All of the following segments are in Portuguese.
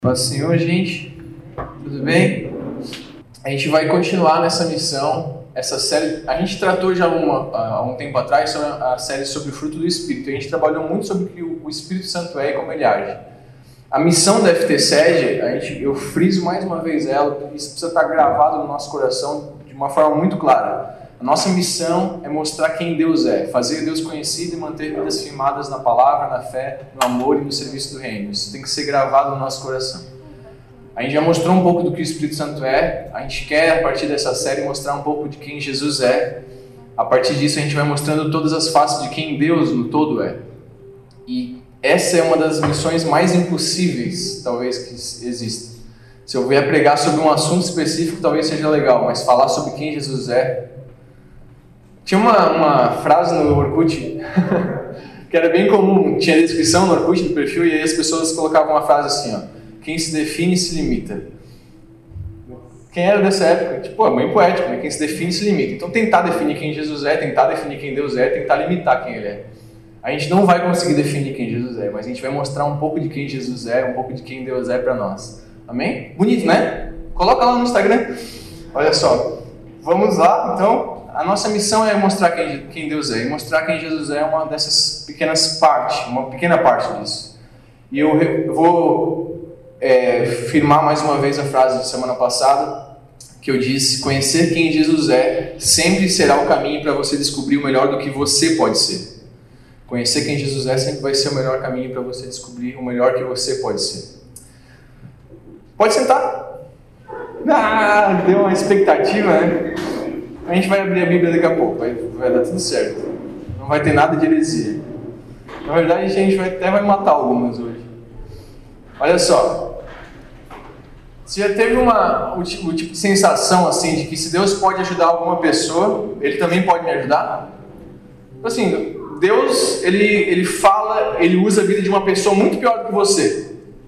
Paz do Senhor, gente. Tudo bem? A gente vai continuar nessa missão, essa série. A gente tratou já há um tempo atrás sobre a série sobre o fruto do Espírito. A gente trabalhou muito sobre o que o Espírito Santo é e como ele age. A missão da FT-SED, eu friso mais uma vez ela, porque isso precisa estar gravado no nosso coração de uma forma muito clara. A nossa missão é mostrar quem Deus é, fazer Deus conhecido e manter vidas firmadas na palavra, na fé, no amor e no serviço do reino. Isso tem que ser gravado no nosso coração. A gente já mostrou um pouco do que o Espírito Santo é, a gente quer, a partir dessa série, mostrar um pouco de quem Jesus é. A partir disso, a gente vai mostrando todas as faces de quem Deus no todo é. E essa é uma das missões mais impossíveis, talvez, que exista. Se eu vier pregar sobre um assunto específico, talvez seja legal, mas falar sobre quem Jesus é... Tinha uma frase no Orkut que era bem comum, tinha descrição no Orkut do perfil, e aí as pessoas colocavam uma frase assim, ó: quem se define se limita. Quem era dessa época? Tipo, é bem poético, né? Quem se define se limita. Então tentar definir quem Jesus é, tentar definir quem Deus é, tentar limitar quem Ele é. A gente não vai conseguir definir quem Jesus é, mas a gente vai mostrar um pouco de quem Jesus é, um pouco de quem Deus é para nós. Amém? Bonito, né? Coloca lá no Instagram. Olha só. Vamos lá, então. A nossa missão é mostrar quem Deus é. E mostrar quem Jesus é uma dessas pequenas partes, uma pequena parte disso. E eu vou firmar mais uma vez a frase de semana passada, que eu disse: conhecer quem Jesus é sempre será o caminho para você descobrir o melhor do que você pode ser. Conhecer quem Jesus é sempre vai ser o melhor caminho para você descobrir o melhor que você pode ser. Pode sentar. Ah, deu uma expectativa, né? A gente vai abrir a Bíblia daqui a pouco, vai dar tudo certo. Não vai ter nada de heresia. Na verdade, a gente até vai matar algumas hoje. Olha só. Você já teve o tipo de sensação assim de que se Deus pode ajudar alguma pessoa, Ele também pode me ajudar? Assim, Deus, ele fala, Ele usa a vida de uma pessoa muito pior do que você.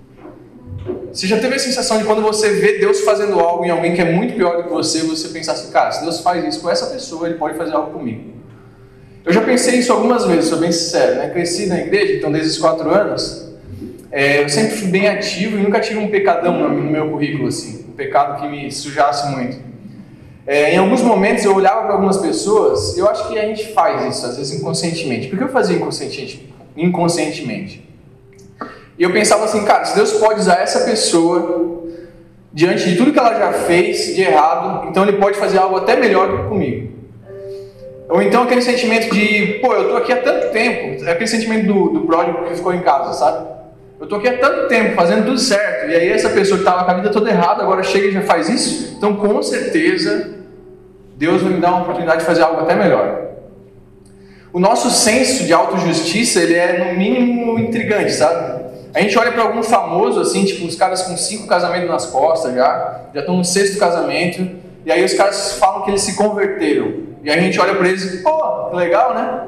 Você já teve a sensação de quando você vê Deus fazendo algo em alguém que é muito pior do que você pensar assim: cara, se Deus faz isso com essa pessoa, Ele pode fazer algo comigo. Eu já pensei isso algumas vezes, sou bem sincero, né? Cresci na igreja, então desde os 4 anos, eu sempre fui bem ativo e nunca tive um pecadão no meu currículo, assim, um pecado que me sujasse muito. Em alguns momentos eu olhava para algumas pessoas, e eu acho que a gente faz isso, às vezes inconscientemente. Por que eu fazia inconscientemente? E eu pensava assim: cara, se Deus pode usar essa pessoa diante de tudo que ela já fez de errado, então Ele pode fazer algo até melhor do que comigo. Ou então aquele sentimento de, pô, eu tô aqui há tanto tempo, aquele sentimento do pródigo que ficou em casa, sabe? Eu tô aqui há tanto tempo fazendo tudo certo, e aí essa pessoa que estava com a vida toda errada agora chega e já faz isso, então com certeza Deus vai me dar uma oportunidade de fazer algo até melhor. O nosso senso de autojustiça, ele é no mínimo intrigante, sabe? A gente olha para algum famoso, assim, tipo, os caras com 5 casamentos nas costas já estão no 6º casamento, e aí os caras falam que eles se converteram. E aí a gente olha para eles e, pô, que legal, né?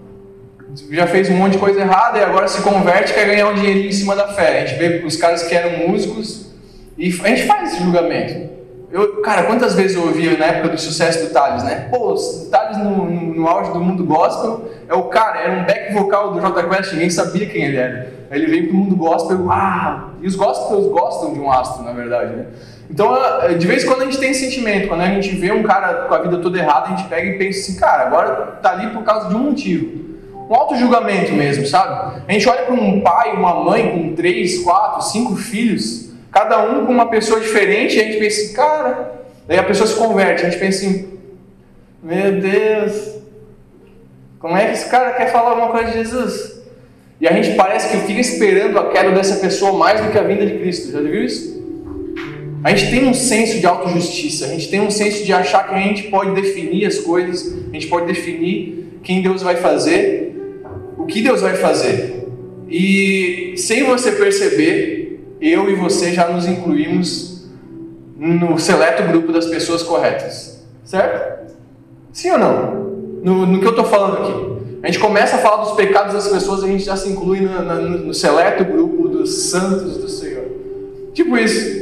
Já fez um monte de coisa errada e agora se converte e quer ganhar um dinheirinho em cima da fé. A gente vê os caras que eram músicos e a gente faz esse julgamento. Cara, quantas vezes eu ouvi na época do sucesso do Thales, né? Pô, o Thales no auge do mundo gospel é o cara, era um back vocal do Jota Quest, ninguém sabia quem ele era. Aí ele veio pro mundo gospel, e os gospels gostam de um astro, na verdade, né? Então, de vez em quando a gente tem esse sentimento, quando a gente vê um cara com a vida toda errada, a gente pega e pensa assim: cara, agora tá ali por causa de um motivo. Um auto-julgamento mesmo, sabe? A gente olha para um pai, uma mãe com 3, 4, 5 filhos, cada um com uma pessoa diferente, e a gente pensa assim: cara... Daí a pessoa se converte, a gente pensa assim: meu Deus, como é que esse cara quer falar alguma coisa de Jesus? E a gente parece que fica esperando a queda dessa pessoa mais do que a vinda de Cristo. Já viu isso? A gente tem um senso de autojustiça, a gente tem um senso de achar que a gente pode definir as coisas, a gente pode definir quem Deus vai fazer, o que Deus vai fazer. E sem você perceber, eu e você já nos incluímos no seleto grupo das pessoas corretas. Certo? Sim ou não? No que eu estou falando aqui. A gente começa a falar dos pecados das pessoas e a gente já se inclui no seleto grupo dos santos do Senhor. Tipo isso.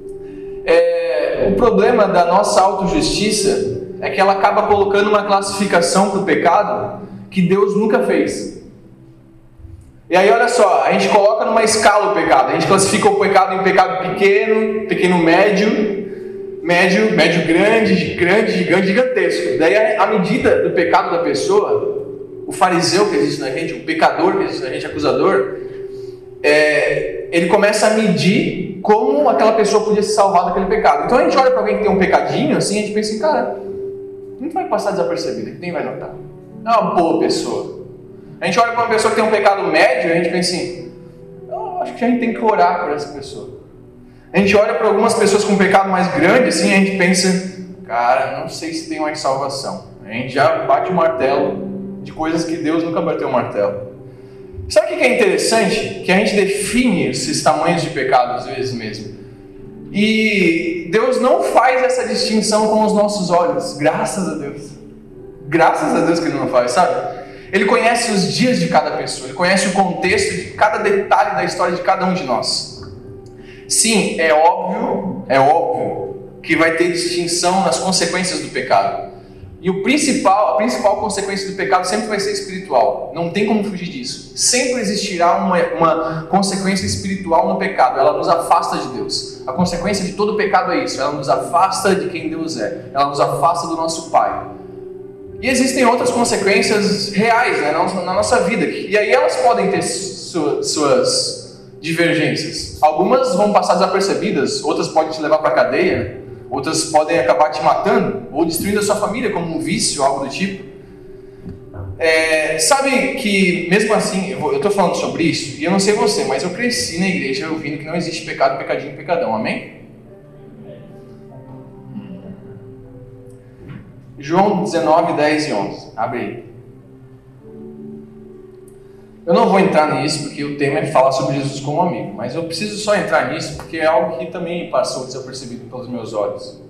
O problema da nossa autojustiça é que ela acaba colocando uma classificação para o pecado que Deus nunca fez. E aí olha só, a gente coloca numa escala o pecado. A gente classifica o pecado em pecado pequeno, pequeno médio, grande, gigante, gigantesco. Daí a medida do pecado da pessoa, o fariseu que existe na gente, o pecador que existe na gente, acusador, ele começa a medir como aquela pessoa podia se salvar daquele pecado. Então a gente olha para alguém que tem um pecadinho assim, a gente pensa assim, cara, não vai passar desapercebido, nem vai notar. É uma boa pessoa. A gente olha para uma pessoa que tem um pecado médio, a gente pensa assim, acho que a gente tem que orar por essa pessoa. A gente olha para algumas pessoas com um pecado mais grande, assim, a gente pensa, cara, não sei se tem mais salvação. A gente já bate o martelo de coisas que Deus nunca bateu o martelo. Sabe o que é interessante? Que a gente define esses tamanhos de pecado às vezes mesmo. E Deus não faz essa distinção com os nossos olhos. Graças a Deus. Graças a Deus que Ele não faz, sabe? Ele conhece os dias de cada pessoa. Ele conhece o contexto de cada detalhe da história de cada um de nós. Sim, é óbvio que vai ter distinção nas consequências do pecado. E a principal consequência do pecado sempre vai ser espiritual. Não tem como fugir disso. Sempre existirá uma consequência espiritual no pecado. Ela nos afasta de Deus. A consequência de todo pecado é isso. Ela nos afasta de quem Deus é. Ela nos afasta do nosso Pai. E existem outras consequências reais, né, na nossa vida. E aí elas podem ter suas divergências. Algumas vão passar desapercebidas. Outras podem te levar para a cadeia. Outras podem acabar te matando ou destruindo a sua família como um vício, algo do tipo. Sabe que, mesmo assim, eu estou falando sobre isso, e eu não sei você, mas eu cresci na igreja ouvindo que não existe pecado, pecadinho, pecadão. Amém? João 19, 10 e 11. Abre aí. Eu não vou entrar nisso porque o tema é falar sobre Jesus como amigo, mas eu preciso só entrar nisso porque é algo que também passou desapercebido pelos meus olhos.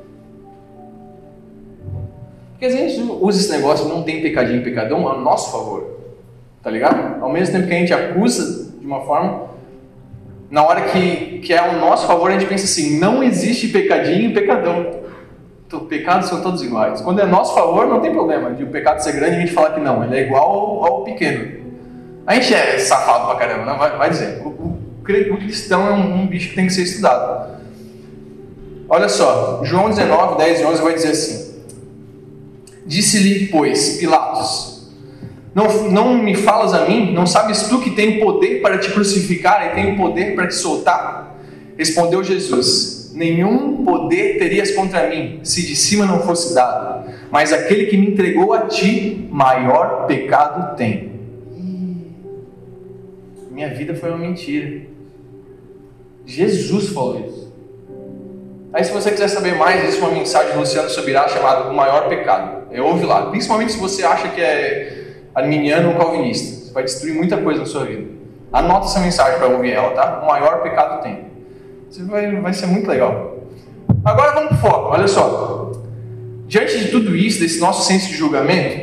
Porque a gente usa esse negócio de não tem pecadinho, pecadão a nosso favor, tá ligado? Ao mesmo tempo que a gente acusa de uma forma, na hora que é ao nosso favor a gente pensa assim, não existe pecadinho e pecadão. Os pecados são todos iguais. Quando é a nosso favor não tem problema de o pecado ser grande e a gente falar que não, ele é igual ao pequeno. A gente é safado pra caramba, não? Vai dizer. O cristão é um bicho que tem que ser estudado. Olha só, João 19, 10 e 11 vai dizer assim: disse-lhe, pois, Pilatos, não me falas a mim? Não sabes tu que tem poder para te crucificar e tem poder para te soltar? Respondeu Jesus: nenhum poder terias contra mim, se de cima não fosse dado. Mas aquele que me entregou a ti, maior pecado tem. Minha vida foi uma mentira. Jesus falou isso. Aí se você quiser saber mais, existe uma mensagem de Luciano Subirá chamada O Maior Pecado. Ouve lá. Principalmente se você acha que é arminiano ou calvinista. Você vai destruir muita coisa na sua vida. Anota essa mensagem para ouvir ela, tá? O maior pecado tem. Isso vai ser muito legal. Agora vamos pro foco. Olha só. Diante de tudo isso, desse nosso senso de julgamento,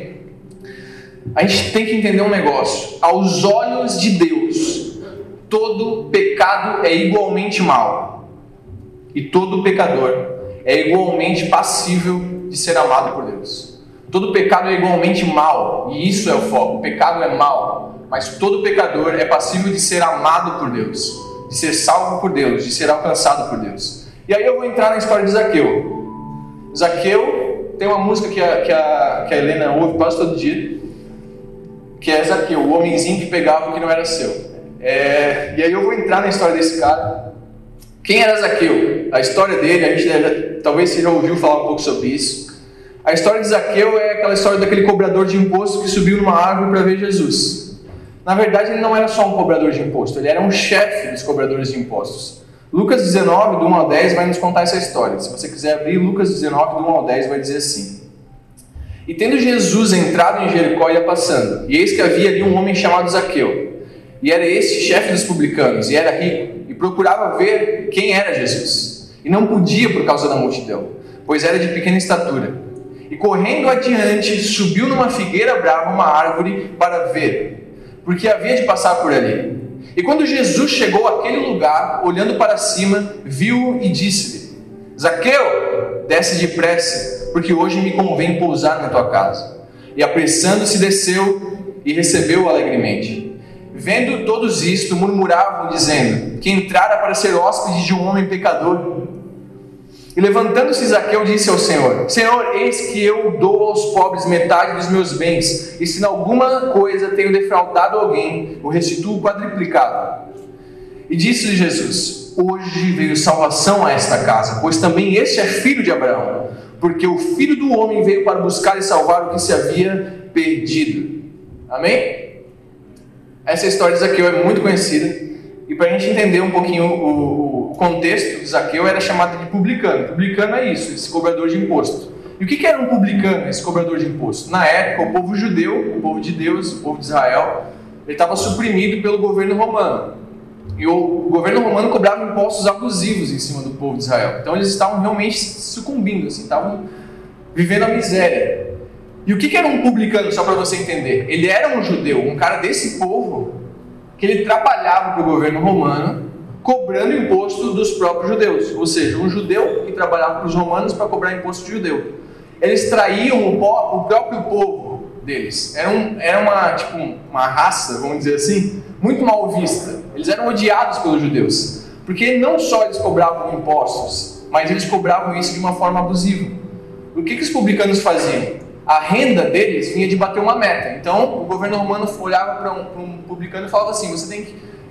a gente tem que entender um negócio. Aos olhos de Deus, todo pecado é igualmente mau. E todo pecador é igualmente passível de ser amado por Deus. Todo pecado é igualmente mau. E isso é o foco. O pecado é mau. Mas todo pecador é passível de ser amado por Deus. De ser salvo por Deus. De ser alcançado por Deus. E aí eu vou entrar na história de Zaqueu. Zaqueu tem uma música que a Helena ouve quase todo dia, que é Zaqueu, o homenzinho que pegava o que não era seu. E aí eu vou entrar na história desse cara. Quem era Zaqueu? A história dele, a gente talvez você já ouviu falar um pouco sobre isso. A história de Zaqueu é aquela história daquele cobrador de imposto que subiu numa árvore para ver Jesus. Na verdade, ele não era só um cobrador de imposto, ele era um chefe dos cobradores de impostos. Lucas 19, do 1 ao 10, vai nos contar essa história. Se você quiser abrir Lucas 19, do 1 ao 10, vai dizer assim: e tendo Jesus entrado em Jericó, ia passando, e eis que havia ali um homem chamado Zaqueu, e era este chefe dos publicanos, e era rico, e procurava ver quem era Jesus, e não podia por causa da multidão, pois era de pequena estatura. E correndo adiante, subiu numa figueira brava uma árvore para ver, porque havia de passar por ali. E quando Jesus chegou àquele lugar, olhando para cima, viu-o e disse-lhe: Zaqueu, desce depressa, porque hoje me convém pousar na tua casa. E apressando-se desceu e recebeu-o alegremente. vendo todos isto, murmuravam, dizendo, que entrara para ser hóspede de um homem pecador. E levantando-se Zaqueu, disse ao Senhor, Senhor, eis que eu dou aos pobres metade dos meus bens, e se em alguma coisa tenho defraudado alguém, o restituo quadriplicado. E disse-lhe Jesus, hoje veio salvação a esta casa, pois também este é filho de Abraão, porque o Filho do Homem veio para buscar e salvar o que se havia perdido. Amém? Essa história de Zaqueu é muito conhecida, e para a gente entender um pouquinho o contexto de Zaqueu, era chamado de publicano. Publicano é isso, esse cobrador de imposto. E o que era um publicano, esse cobrador de imposto? Na época, o povo judeu, o povo de Deus, o povo de Israel, ele estava suprimido pelo governo romano. E o governo romano cobrava impostos abusivos em cima do povo de Israel. Então eles estavam realmente sucumbindo, assim, estavam vivendo a miséria. E o que era um publicano, só para você entender? Ele era um judeu, um cara desse povo, que ele trabalhava para o governo romano, cobrando imposto dos próprios judeus. Ou seja, um judeu que trabalhava para os romanos para cobrar imposto de judeu. Eles traíam o próprio povo deles. Era uma raça, vamos dizer assim, muito mal vista. Eles eram odiados pelos judeus. Porque não só eles cobravam impostos, mas eles cobravam isso de uma forma abusiva. O que os publicanos faziam? A renda deles vinha de bater uma meta. Então, o governo romano olhava para um publicano e falava assim, você tem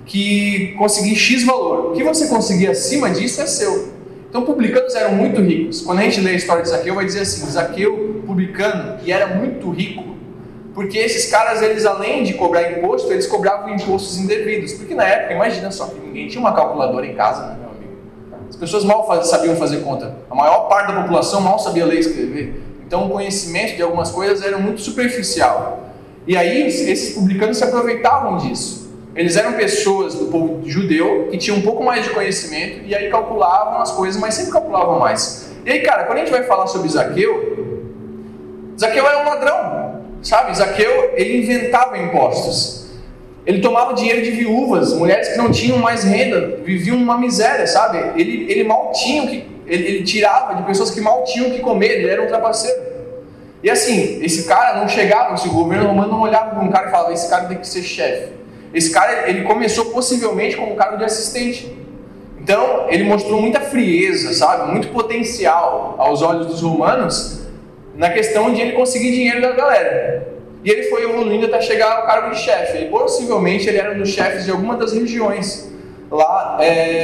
que conseguir X valor. O que você conseguir acima disso é seu. Então, publicanos eram muito ricos. Quando a gente lê a história de Zaqueu, vai dizer assim, Zaqueu, publicano, e era muito rico, porque esses caras, eles além de cobrar imposto, eles cobravam impostos indevidos. Porque na época, imagina só, que ninguém tinha uma calculadora em casa, né, meu amigo? As pessoas mal sabiam fazer conta. A maior parte da população mal sabia ler e escrever. Então, o conhecimento de algumas coisas era muito superficial. E aí, esses publicanos se aproveitavam disso. Eles eram pessoas do povo judeu que tinham um pouco mais de conhecimento e aí calculavam as coisas, mas sempre calculavam mais. E aí, cara, quando a gente vai falar sobre Zaqueu, Zaqueu era um ladrão, sabe? Zaqueu, ele inventava impostos. Ele tomava dinheiro de viúvas, mulheres que não tinham mais renda, viviam uma miséria, sabe? Ele mal tinha o que... Ele tirava de pessoas que mal tinham o que comer, ele era um trapaceiro. E assim, esse cara não chegava, se o governo romano não olhava para um cara e falava, esse cara tem que ser chefe. Esse cara, ele começou possivelmente como um cargo de assistente. Então, ele mostrou muita frieza, sabe? Muito potencial aos olhos dos romanos na questão de ele conseguir dinheiro da galera. E ele foi evoluindo até chegar ao cargo de chefe. E possivelmente ele era um dos chefes de alguma das regiões lá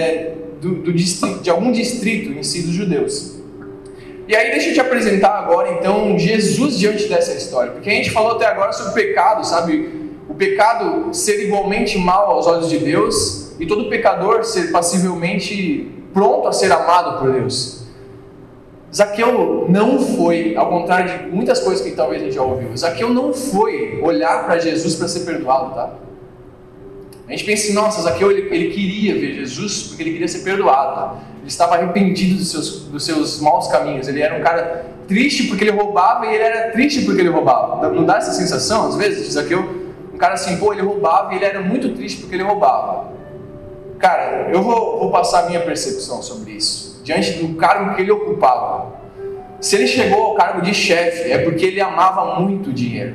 de algum distrito em si dos judeus. E aí deixa eu te apresentar agora então Jesus diante dessa história. Porque a gente falou até agora sobre o pecado, sabe? O pecado ser igualmente mal aos olhos de Deus e todo pecador ser passivelmente pronto a ser amado por Deus. Zaqueu não foi, ao contrário de muitas coisas que talvez a gente já ouviu, Zaqueu não foi olhar para Jesus para ser perdoado, tá? A gente pensa assim, nossa, Zaqueu ele queria ver Jesus porque ele queria ser perdoado, tá? Ele estava arrependido dos seus maus caminhos, ele era um cara triste porque ele roubava e ele era triste porque ele roubava. Não dá essa sensação às vezes? Zaqueu, um cara assim, pô, ele roubava e ele era muito triste porque ele roubava. Cara, eu vou passar a minha percepção sobre isso, diante do cargo que ele ocupava. Se ele chegou ao cargo de chefe, é porque ele amava muito o dinheiro.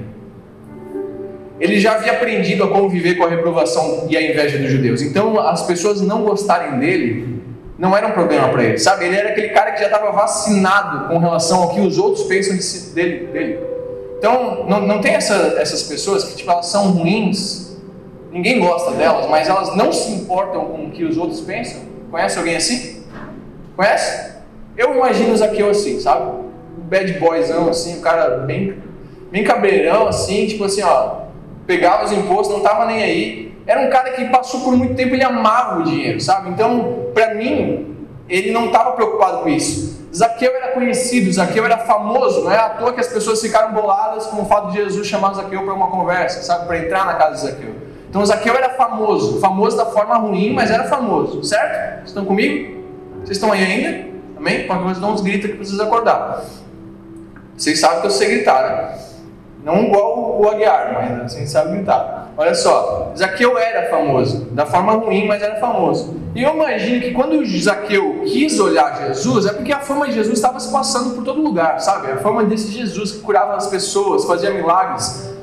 Ele já havia aprendido a conviver com a reprovação e a inveja dos judeus. Então, as pessoas não gostarem dele não era um problema para ele, sabe? Ele era aquele cara que já estava vacinado com relação ao que os outros pensam dele. Então, não tem essas pessoas que tipo, elas são ruins, ninguém gosta delas, mas elas não se importam com o que os outros pensam. Conhece alguém assim? Conhece? Eu imagino o Zaqueu assim, sabe? Um bad boyzão assim, um cara bem cabreirão assim, tipo assim, ó, pegava os impostos, não tava nem aí. Era um cara que passou por muito tempo, ele amava o dinheiro, sabe? Então, para mim, ele não estava preocupado com isso. Zaqueu era conhecido, Zaqueu era famoso, não é à toa que as pessoas ficaram boladas com o fato de Jesus chamar Zaqueu para uma conversa, sabe? Para entrar na casa de Zaqueu. Então, Zaqueu era famoso da forma ruim, mas era famoso, certo? Vocês estão comigo? Vocês estão aí ainda? Amém? Qualquer coisa dá uns gritos que precisa acordar. Vocês sabem que eu sei gritar, né? Não igual o Aguiar, mas a gente sabe gritar. Olha só, Zaqueu era famoso, da forma ruim, mas era famoso. E eu imagino que quando Zaqueu quis olhar Jesus, é porque a fama de Jesus estava se passando por todo lugar, sabe? A fama desse Jesus que curava as pessoas, fazia milagres.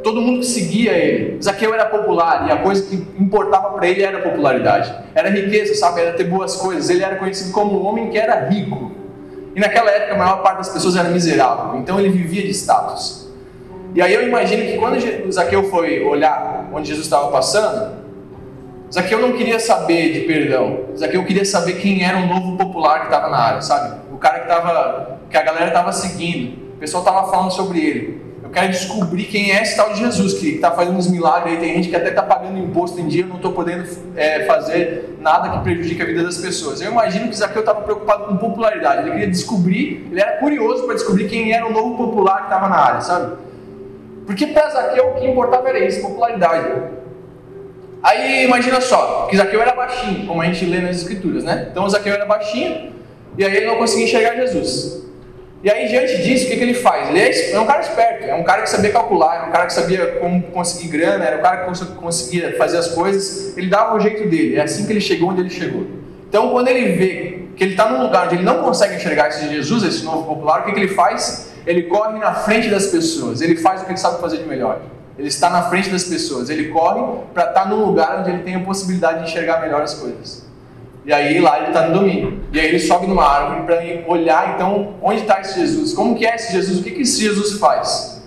todo mundo que seguia ele. Zaqueu era popular e a coisa que importava para ele era a popularidade. Era riqueza, sabe? Era ter boas coisas. Ele era conhecido como um homem que era rico. E naquela época a maior parte das pessoas era miserável. Então ele vivia de status. E aí eu imagino que quando Zaqueu foi olhar onde Jesus estava passando, Zaqueu não queria saber de perdão. Zaqueu queria saber quem era o novo popular que estava na área, sabe? O cara que a galera estava seguindo. O pessoal estava falando sobre ele. Eu quero descobrir quem é esse tal de Jesus que está fazendo uns milagres aí. Tem gente que até está pagando imposto em dia. Eu não estou podendo fazer nada que prejudique a vida das pessoas. Eu imagino que Zaqueu estava preocupado com popularidade. Ele queria descobrir, ele era curioso para descobrir quem era o novo popular que estava na área, sabe? Porque para Zaqueu o que importava era isso, popularidade. Aí imagina só, que Zaqueu era baixinho, como a gente lê nas escrituras, né? Então Zaqueu era baixinho, e aí ele não conseguia enxergar Jesus. E aí diante disso, o que ele faz? Ele é um cara esperto, é um cara que sabia calcular, é um cara que sabia como conseguir grana, era um cara que conseguia fazer as coisas, ele dava o jeito dele, é assim que ele chegou onde ele chegou. Então quando ele vê que ele está num lugar onde ele não consegue enxergar esse Jesus, esse novo popular, o que ele faz? Ele corre na frente das pessoas, ele faz o que ele sabe fazer de melhor. Ele está na frente das pessoas, ele corre para estar num lugar onde ele tem a possibilidade de enxergar melhor as coisas. E aí lá ele está no domínio. E aí ele sobe numa árvore para olhar então onde está esse Jesus, como que é esse Jesus, o que esse Jesus faz.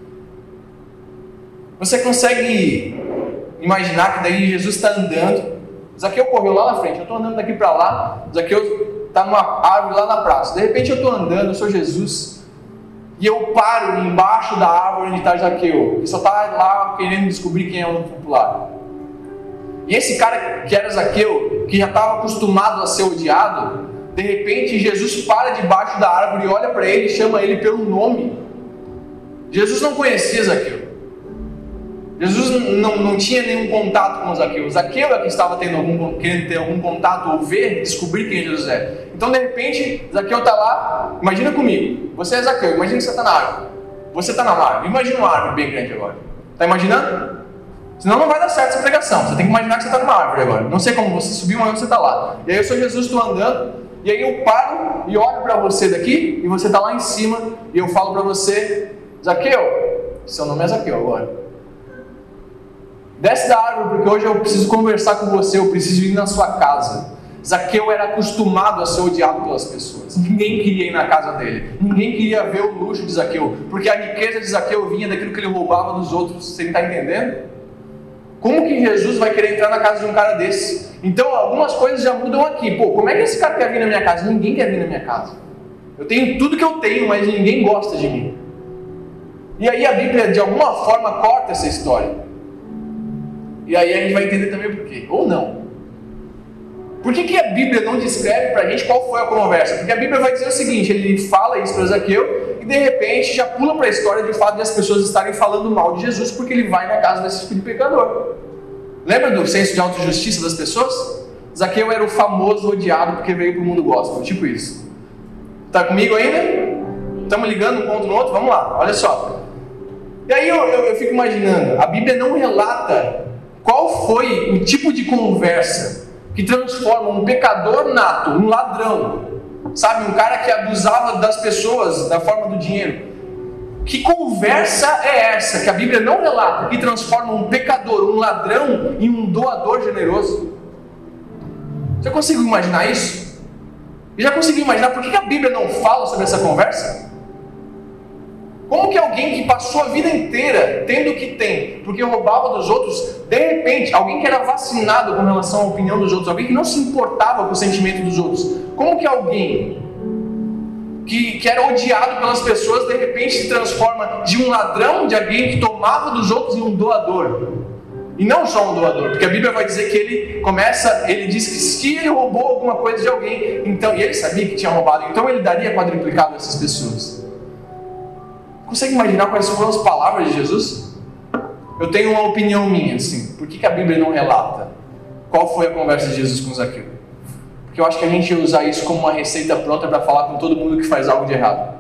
Você consegue imaginar que daí Jesus está andando, Zaqueu correu lá na frente, eu estou andando daqui para lá, Zaqueu está numa árvore lá na praça, de repente eu estou andando, eu sou Jesus, e eu paro embaixo da árvore onde está Zaqueu, que só está lá querendo descobrir quem é o novo popular. E esse cara que era Zaqueu, que já estava acostumado a ser odiado, de repente Jesus para debaixo da árvore e olha para ele e chama ele pelo nome. Jesus não conhecia Zaqueu. Jesus não tinha nenhum contato com Zaqueu. Zaqueu é que estava querendo ter algum contato ou ver, descobrir quem Jesus é. Então de repente Zaqueu está lá, imagina comigo, você é Zaqueu, imagina que você está na árvore. Você está na árvore, imagina uma árvore bem grande agora. Está imaginando? Senão não vai dar certo essa pregação. Você tem que imaginar que você está numa árvore agora. Não sei como você subiu, mas você está lá. E aí eu sou Jesus, estou andando, e aí eu paro e olho para você daqui, e você está lá em cima, e eu falo para você, Zaqueu, seu nome é Zaqueu agora. Desce da árvore, porque hoje eu preciso conversar com você, eu preciso ir na sua casa. Zaqueu era acostumado a ser odiado pelas pessoas. Ninguém queria ir na casa dele. Ninguém queria ver o luxo de Zaqueu, porque a riqueza de Zaqueu vinha daquilo que ele roubava dos outros. Você está entendendo? Como que Jesus vai querer entrar na casa de um cara desse? Então algumas coisas já mudam aqui. Pô, como é que esse cara quer vir na minha casa? Ninguém quer vir na minha casa. Eu tenho tudo que eu tenho, mas ninguém gosta de mim. E aí a Bíblia de alguma forma corta essa história. E aí a gente vai entender também por quê. Ou não. Por que a Bíblia não descreve pra gente qual foi a conversa? Porque a Bíblia vai dizer o seguinte, ele fala isso para Zaqueu e de repente já pula para a história do fato de as pessoas estarem falando mal de Jesus porque ele vai na casa desse filho pecador. Lembra do senso de autojustiça das pessoas? Zaqueu era o famoso odiado porque veio pro mundo gospel, tipo isso. Tá comigo ainda? Estamos ligando um ponto no outro? Vamos lá, olha só. E aí eu fico imaginando, a Bíblia não relata qual foi o tipo de conversa que transforma um pecador nato, um ladrão, sabe, um cara que abusava das pessoas da forma do dinheiro. Que conversa é essa que a Bíblia não relata, que transforma um pecador, um ladrão, em um doador generoso? Você conseguiu imaginar isso? E já conseguiu imaginar por que a Bíblia não fala sobre essa conversa? Como que alguém que passou a vida inteira tendo o que tem, porque roubava dos outros, de repente, alguém que era vacinado com relação à opinião dos outros, alguém que não se importava com o sentimento dos outros, como que alguém que era odiado pelas pessoas, de repente se transforma de um ladrão, de alguém que tomava dos outros, em um doador? E não só um doador, porque a Bíblia vai dizer que ele diz que se ele roubou alguma coisa de alguém, então, e ele sabia que tinha roubado, então ele daria quadruplicado a essas pessoas. Consegue imaginar quais foram as palavras de Jesus? Eu tenho uma opinião minha, assim. Por que a Bíblia não relata qual foi a conversa de Jesus com Zaqueu? Porque eu acho que a gente ia usar isso como uma receita pronta para falar com todo mundo que faz algo de errado.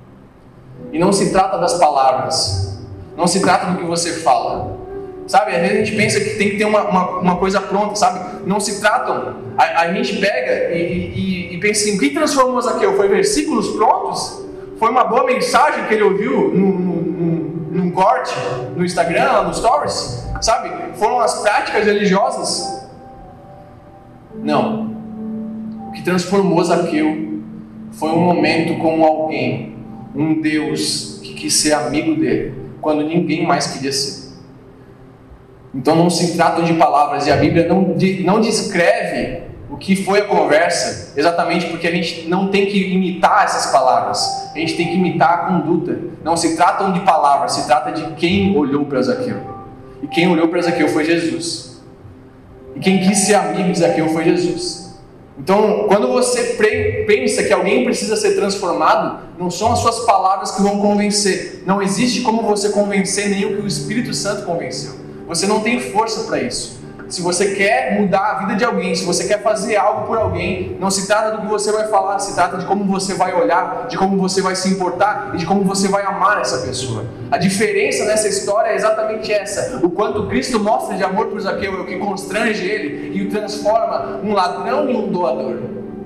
E não se trata das palavras. Não se trata do que você fala. Sabe, às vezes a gente pensa que tem que ter uma coisa pronta, sabe? Não se tratam. A gente pega e pensa assim, o que transformou Zaqueu? Foi versículos prontos? Foi uma boa mensagem que ele ouviu num corte no Instagram, lá no Stories, sabe? Foram as práticas religiosas? Não. O que transformou Zaqueu foi um momento com alguém, um Deus que quis ser amigo dele, quando ninguém mais queria ser. Então não se trata de palavras, e a Bíblia não descreve o que foi a conversa, exatamente porque a gente não tem que imitar essas palavras, a gente tem que imitar a conduta. Não se trata de palavras, se trata de quem olhou para Zaqueu. E quem olhou para Zaqueu foi Jesus. E quem quis ser amigo de Zaqueu foi Jesus. Então, quando você pensa que alguém precisa ser transformado, não são as suas palavras que vão convencer. Não existe como você convencer nem o que o Espírito Santo convenceu. Você não tem força para isso. Se você quer mudar a vida de alguém, se você quer fazer algo por alguém, não se trata do que você vai falar, se trata de como você vai olhar, de como você vai se importar e de como você vai amar essa pessoa. A diferença nessa história é exatamente essa. O quanto Cristo mostra de amor por Zaqueu é o que constrange ele e o transforma um ladrão em um doador.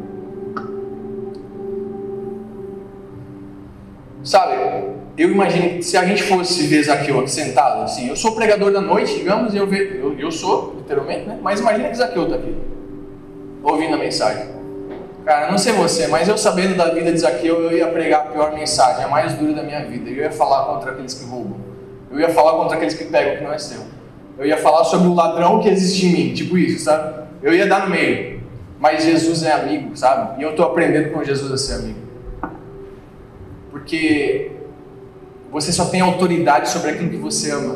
Sabe, eu imagino que se a gente fosse ver Zaqueu aqui sentado, assim, eu sou pregador da noite, digamos, e eu sou, literalmente, né? Mas imagina que Zaqueu está aqui, ouvindo a mensagem. Cara, não sei você, mas eu sabendo da vida de Zaqueu, eu ia pregar a pior mensagem, a mais dura da minha vida. Eu ia falar contra aqueles que roubam. Eu ia falar contra aqueles que pegam o que não é seu. Eu ia falar sobre o ladrão que existe em mim, tipo isso, sabe? Eu ia dar no meio. Mas Jesus é amigo, sabe? E eu estou aprendendo com Jesus a ser amigo. Porque você só tem autoridade sobre aquilo que você ama.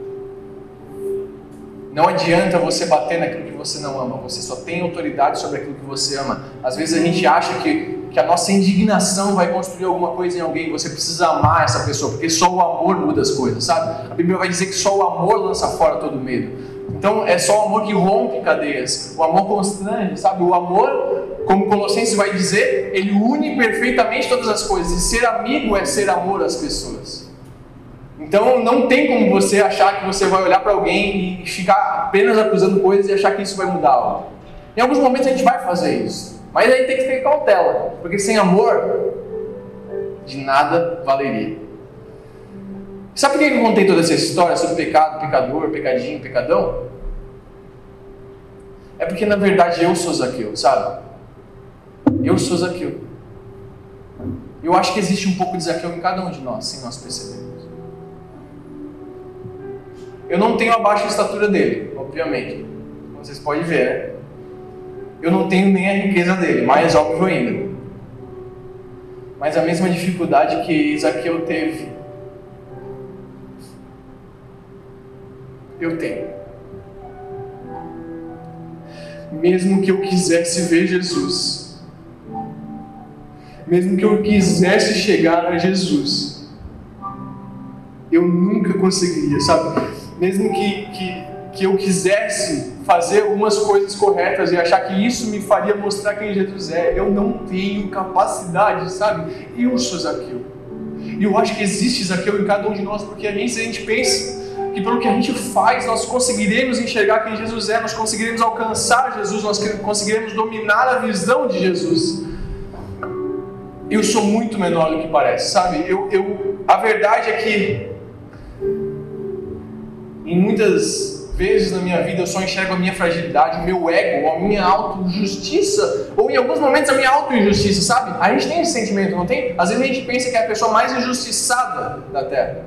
Não adianta você bater naquilo que você não ama. Você só tem autoridade sobre aquilo que você ama. Às vezes a gente acha que a nossa indignação vai construir alguma coisa em alguém. Você precisa amar essa pessoa, porque só o amor muda as coisas, sabe? A Bíblia vai dizer que só o amor lança fora todo medo. Então é só o amor que rompe cadeias. O amor constrange, sabe? O amor, como Colossenses vai dizer, ele une perfeitamente todas as coisas. E ser amigo é ser amor às pessoas. Então não tem como você achar que você vai olhar para alguém e ficar apenas acusando coisas e achar que isso vai mudar algo. Em alguns momentos a gente vai fazer isso, mas aí tem que ter cautela, porque sem amor de nada valeria. Sabe por que eu contei toda essa história sobre pecado, pecador, pecadinho, pecadão? É porque na verdade eu sou Zaqueu, sabe? Eu sou Zaqueu. Eu acho que existe um pouco de Zaqueu em cada um de nós, sem nós percebermos. Eu não tenho a baixa estatura dele, obviamente. Como vocês podem ver, né? Eu não tenho nem a riqueza dele, mais óbvio ainda. Mas a mesma dificuldade que Zaqueu teve, eu tenho. Mesmo que eu quisesse ver Jesus, mesmo que eu quisesse chegar a Jesus, eu nunca conseguiria, sabe? Mesmo que eu quisesse fazer algumas coisas corretas e achar que isso me faria mostrar quem Jesus é, eu não tenho capacidade, sabe? Eu sou Zaqueu. E eu acho que existe Zaqueu em cada um de nós, porque a gente pensa que pelo que a gente faz, nós conseguiremos enxergar quem Jesus é, nós conseguiremos alcançar Jesus, nós conseguiremos dominar a visão de Jesus. Eu sou muito menor do que parece, sabe? A verdade é que em muitas vezes na minha vida eu só enxergo a minha fragilidade, o meu ego, a minha auto-justiça, ou em alguns momentos a minha auto-injustiça, sabe? A gente tem esse sentimento, não tem? Às vezes a gente pensa que é a pessoa mais injustiçada da Terra.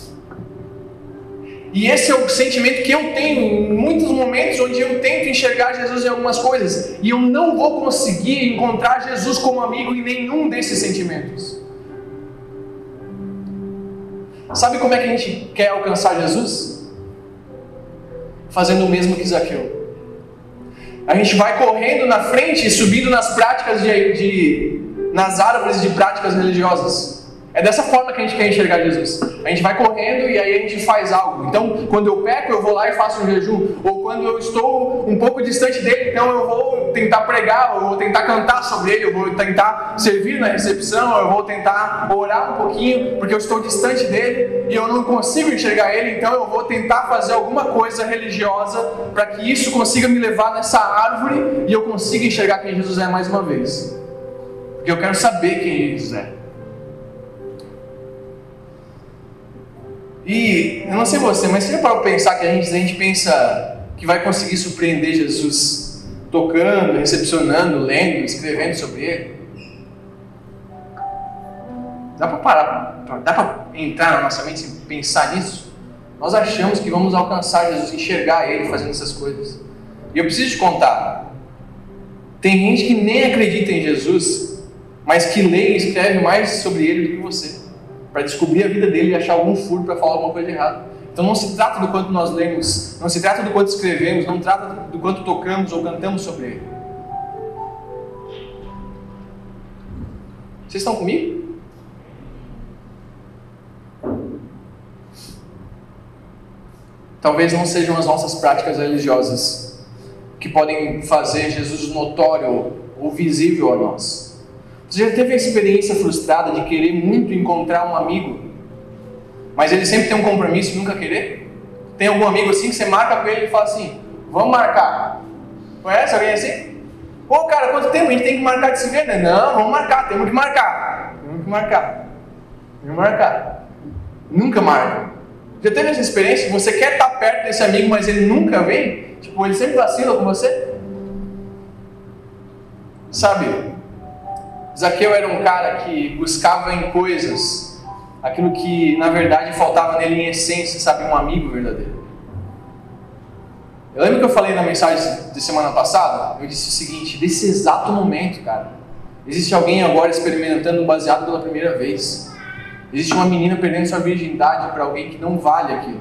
E esse é o sentimento que eu tenho em muitos momentos onde eu tento enxergar Jesus em algumas coisas e eu não vou conseguir encontrar Jesus como amigo em nenhum desses sentimentos. Sabe como é que a gente quer alcançar Jesus? Fazendo o mesmo que Zaqueu. A gente vai correndo na frente e subindo nas práticas nas árvores de práticas religiosas. É dessa forma que a gente quer enxergar Jesus. A gente vai correndo e aí a gente faz algo. Então, quando eu peco, eu vou lá e faço um jejum. Ou quando eu estou um pouco distante dele, então eu vou tentar pregar, eu vou tentar cantar sobre ele, eu vou tentar servir na recepção, eu vou tentar orar um pouquinho, porque eu estou distante dele e eu não consigo enxergar ele, então eu vou tentar fazer alguma coisa religiosa para que isso consiga me levar nessa árvore e eu consiga enxergar quem Jesus é mais uma vez. Porque eu quero saber quem Jesus é. E eu não sei você, mas você já parou para pensar que a gente pensa que vai conseguir surpreender Jesus tocando, recepcionando, lendo, escrevendo sobre Ele? Dá para parar, dá para entrar na nossa mente e pensar nisso? Nós achamos que vamos alcançar Jesus, enxergar Ele fazendo essas coisas. E eu preciso te contar, tem gente que nem acredita em Jesus, mas que lê e escreve mais sobre Ele do que você, para descobrir a vida dele e achar algum furo para falar alguma coisa errada. Então não se trata do quanto nós lemos, não se trata do quanto escrevemos, não trata do quanto tocamos ou cantamos sobre Ele. Vocês estão comigo? Talvez não sejam as nossas práticas religiosas que podem fazer Jesus notório ou visível a nós. Você já teve a experiência frustrada de querer muito encontrar um amigo, mas ele sempre tem um compromisso e nunca querer? Tem algum amigo assim que você marca com ele e fala assim, vamos marcar? Conhece alguém assim? Pô, cara, quanto tempo? A gente tem que marcar de se ver, né? Não, vamos marcar, temos que marcar. Nunca marca. Já teve essa experiência? Você quer estar perto desse amigo, mas ele nunca vem? Tipo, ele sempre vacila com você? Sabe, Zaqueu era um cara que buscava em coisas aquilo que na verdade faltava nele em essência, sabe, um amigo verdadeiro. Eu lembro que eu falei na mensagem de semana passada, eu disse o seguinte, desse exato momento, cara, existe alguém agora experimentando um baseado pela primeira vez. Existe uma menina perdendo sua virgindade para alguém que não vale aquilo.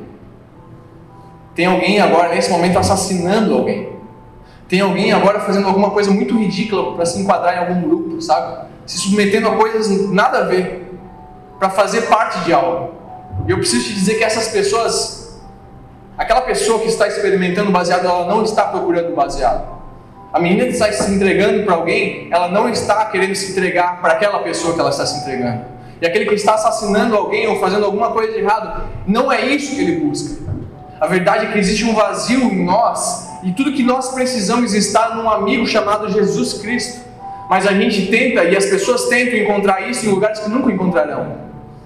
Tem alguém agora, nesse momento, assassinando alguém. Tem alguém agora fazendo alguma coisa muito ridícula para se enquadrar em algum grupo, sabe? Se submetendo a coisas nada a ver, para fazer parte de algo. E eu preciso te dizer que essas pessoas, aquela pessoa que está experimentando baseado, ela não está procurando baseado. A menina que está se entregando para alguém, ela não está querendo se entregar para aquela pessoa que ela está se entregando. E aquele que está assassinando alguém ou fazendo alguma coisa de errado, não é isso que ele busca. A verdade é que existe um vazio em nós, e tudo que nós precisamos está num amigo chamado Jesus Cristo. Mas a gente tenta, e as pessoas tentam encontrar isso em lugares que nunca encontrarão.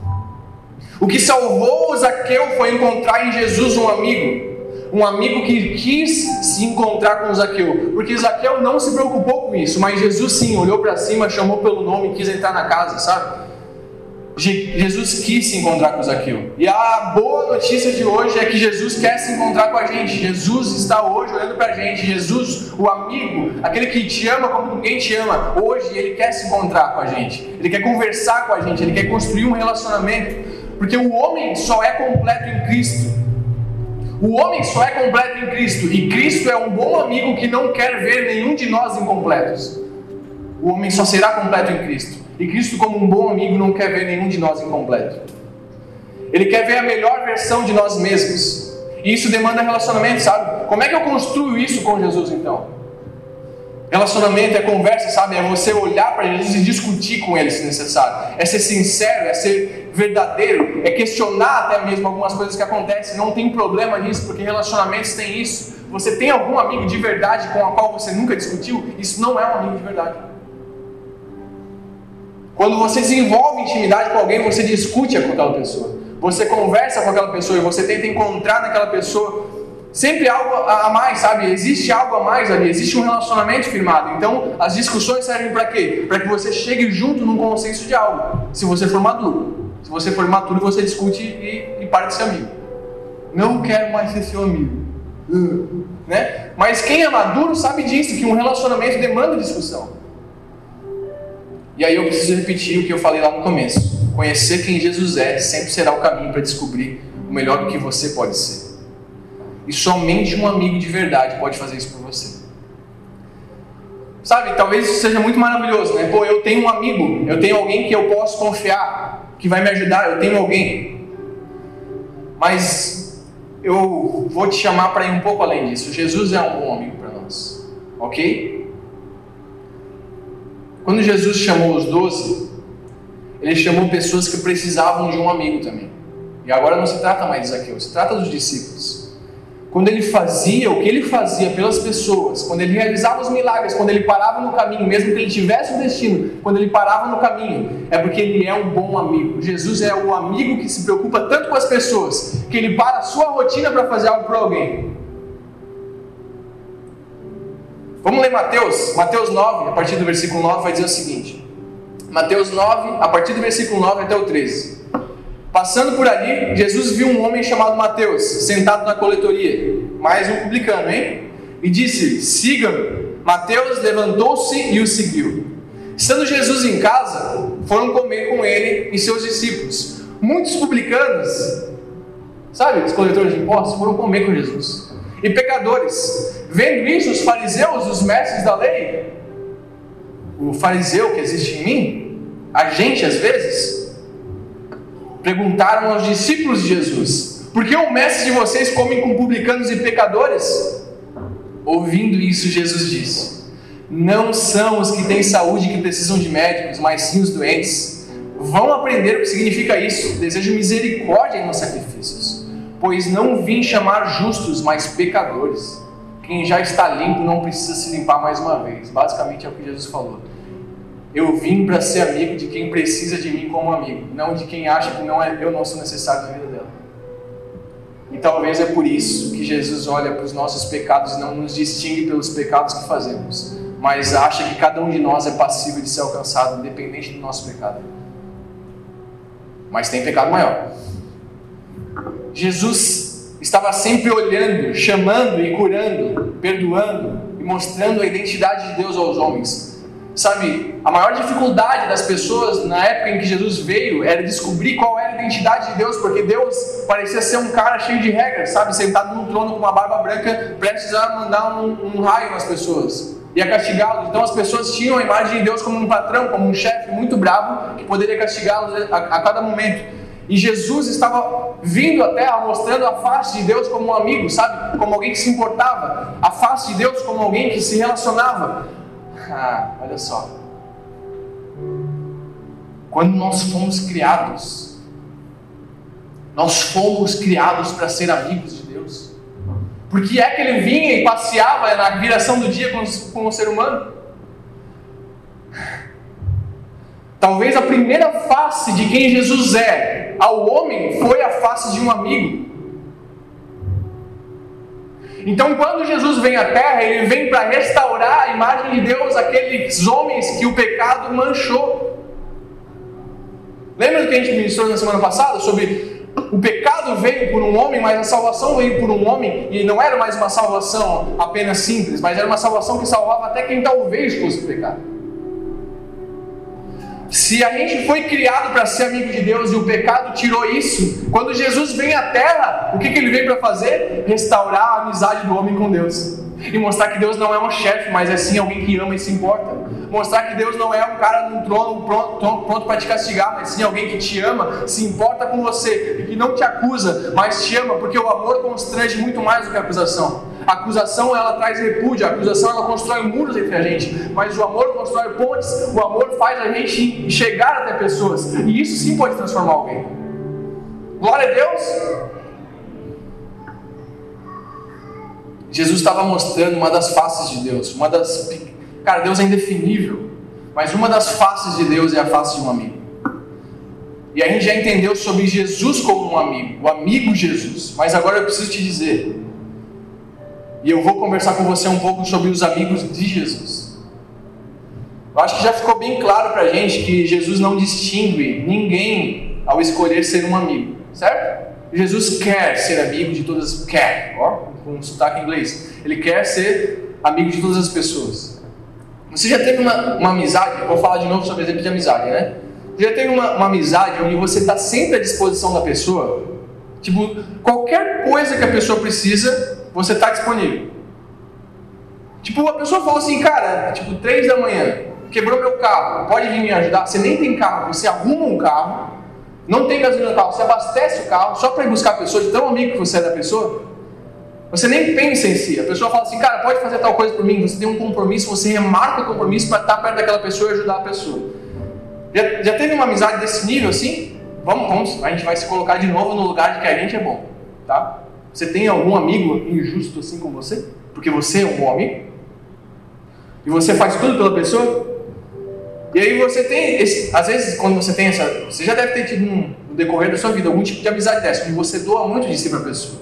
O que salvou Zaqueu foi encontrar em Jesus um amigo que quis se encontrar com Zaqueu, porque Zaqueu não se preocupou com isso, mas Jesus sim, olhou para cima, chamou pelo nome e quis entrar na casa, sabe? Jesus quis se encontrar com Zaqueu. E a boa notícia de hoje é que Jesus quer se encontrar com a gente. Jesus está hoje olhando para a gente. Jesus, o amigo, aquele que te ama como ninguém te ama, hoje ele quer se encontrar com a gente. Ele quer conversar com a gente, ele quer construir um relacionamento. Porque o homem só é completo em Cristo. O homem só é completo em Cristo. E Cristo é um bom amigo que não quer ver nenhum de nós incompletos. O homem só será completo em Cristo. E Cristo, como um bom amigo, não quer ver nenhum de nós incompleto. Ele quer ver a melhor versão de nós mesmos. E isso demanda relacionamento, sabe? Como é que eu construo isso com Jesus, então? Relacionamento é conversa, sabe? É você olhar para Jesus e discutir com Ele, se necessário. É ser sincero, é ser verdadeiro, é questionar até mesmo algumas coisas que acontecem. Não tem problema nisso, porque relacionamentos têm isso. Você tem algum amigo de verdade com o qual você nunca discutiu? Isso não é um amigo de verdade. Quando você desenvolve intimidade com alguém, você discute com aquela pessoa. Você conversa com aquela pessoa e você tenta encontrar naquela pessoa sempre algo a mais, sabe? Existe algo a mais ali, existe um relacionamento firmado. Então, as discussões servem para quê? Para que você chegue junto num consenso de algo, se você for maduro. Se você for imaturo, você discute e para de ser amigo. Não quero mais ser seu amigo. Né? Mas quem é maduro sabe disso, que um relacionamento demanda discussão. E aí eu preciso repetir o que eu falei lá no começo. Conhecer quem Jesus é sempre será o caminho para descobrir o melhor do que você pode ser. E somente um amigo de verdade pode fazer isso por você. Sabe, talvez isso seja muito maravilhoso, né? Pô, eu tenho um amigo, eu tenho alguém que eu posso confiar, que vai me ajudar, eu tenho alguém. Mas eu vou te chamar para ir um pouco além disso. Jesus é um bom amigo para nós, ok? Quando Jesus chamou os 12, Ele chamou pessoas que precisavam de um amigo também. E agora não se trata mais de Zaqueu, se trata dos discípulos. quando ele fazia o que ele fazia pelas pessoas, quando ele realizava os milagres, quando ele parava no caminho, mesmo que ele tivesse um destino, quando ele parava no caminho, é porque ele é um bom amigo. Jesus é o amigo que se preocupa tanto com as pessoas, que ele para a sua rotina para fazer algo para alguém. Vamos ler Mateus 9, a partir do versículo 9 vai dizer o seguinte. Mateus 9, a partir do versículo 9 até o 13. Passando por ali, Jesus viu um homem chamado Mateus, sentado na coletoria, mais um publicano, hein? E disse: siga-me. Mateus levantou-se e o seguiu. Estando Jesus em casa, foram comer com ele e seus discípulos. Muitos publicanos, sabe, os coletores de impostos, foram comer com Jesus. E pecadores, vendo isso, os fariseus, os mestres da lei, o fariseu que existe em mim, a gente às vezes, perguntaram aos discípulos de Jesus: por que o mestre de vocês come com publicanos e pecadores? Ouvindo isso, Jesus disse: não são os que têm saúde que precisam de médicos, mas sim os doentes. Vão aprender o que significa isso. Desejo misericórdia e não sacrifícios, pois não vim chamar justos, mas pecadores. Quem já está limpo não precisa se limpar mais uma vez. Basicamente é o que Jesus falou. Eu vim para ser amigo de quem precisa de mim como amigo, não de quem acha que eu não sou necessário na vida dela. E talvez é por isso que Jesus olha para os nossos pecados e não nos distingue pelos pecados que fazemos, mas acha que cada um de nós é passível de ser alcançado, independente do nosso pecado. Mas tem pecado maior. Jesus estava sempre olhando, chamando e curando, perdoando e mostrando a identidade de Deus aos homens. Sabe, a maior dificuldade das pessoas na época em que Jesus veio era descobrir qual era a identidade de Deus, porque Deus parecia ser um cara cheio de regras, sabe, sentado num trono com uma barba branca, prestes a mandar um raio nas pessoas, ia castigá-los. Então as pessoas tinham a imagem de Deus como um patrão, como um chefe muito bravo, que poderia castigá-los a cada momento. E Jesus estava vindo à Terra mostrando a face de Deus como um amigo, sabe, como alguém que se importava, a face de Deus como alguém que se relacionava. Olha só. Quando nós fomos criados para ser amigos de Deus. Por que é que ele vinha e passeava na viração do dia com o ser humano? Talvez a primeira face de quem Jesus é ao homem foi a face de um amigo. Então, quando Jesus vem à Terra, ele vem para restaurar a imagem de Deus àqueles homens que o pecado manchou. Lembra do que a gente ministrou na semana passada? Sobre o pecado veio por um homem, mas a salvação veio por um homem, e não era mais uma salvação apenas simples, mas era uma salvação que salvava até quem talvez fosse pecado. Se a gente foi criado para ser amigo de Deus e o pecado tirou isso, quando Jesus vem à Terra, o que ele veio para fazer? Restaurar a amizade do homem com Deus. E mostrar que Deus não é um chefe, mas é sim alguém que ama e se importa. Mostrar que Deus não é um cara num trono pronto para te castigar, mas sim alguém que te ama, se importa com você, e que não te acusa, mas te ama, porque o amor constrange muito mais do que a acusação. A acusação, ela traz repúdio, a acusação, ela constrói muros entre a gente, mas o amor constrói pontes, o amor faz a gente chegar até pessoas, e isso sim pode transformar alguém. Glória a Deus! Jesus estava mostrando uma das faces de Deus, Cara, Deus é indefinível, mas uma das faces de Deus é a face de um amigo. E a gente já entendeu sobre Jesus como um amigo, o amigo Jesus, mas agora eu preciso te dizer, e eu vou conversar com você um pouco sobre os amigos de Jesus. Eu acho que já ficou bem claro pra gente que Jesus não distingue ninguém ao escolher ser um amigo, certo? Jesus quer ser amigo de todas, com sotaque em inglês, ele quer ser amigo de todas as pessoas. Você já teve uma amizade, vou falar de novo sobre exemplo de amizade, né? Você já teve uma amizade onde você está sempre à disposição da pessoa? Tipo, qualquer coisa que a pessoa precisa, você está disponível. Tipo, a pessoa fala assim, cara, 3 da manhã, quebrou meu carro, pode vir me ajudar? Você nem tem carro, você arruma um carro, não tem gasolina no carro, você abastece o carro só para ir buscar a pessoa, de tão amigo que você é da pessoa. Você nem pensa em si. A pessoa fala assim, cara, pode fazer tal coisa por mim. Você tem um compromisso, você remarca o compromisso para estar perto daquela pessoa e ajudar a pessoa. Já teve uma amizade desse nível assim? Vamos, a gente vai se colocar de novo no lugar de que a gente é bom, tá? Você tem algum amigo injusto assim com você? Porque você é um bom amigo? E você faz tudo pela pessoa? E aí você tem, às vezes quando você tem essa, você já deve ter tido no decorrer da sua vida algum tipo de amizade dessa, onde você doa muito de si para a pessoa.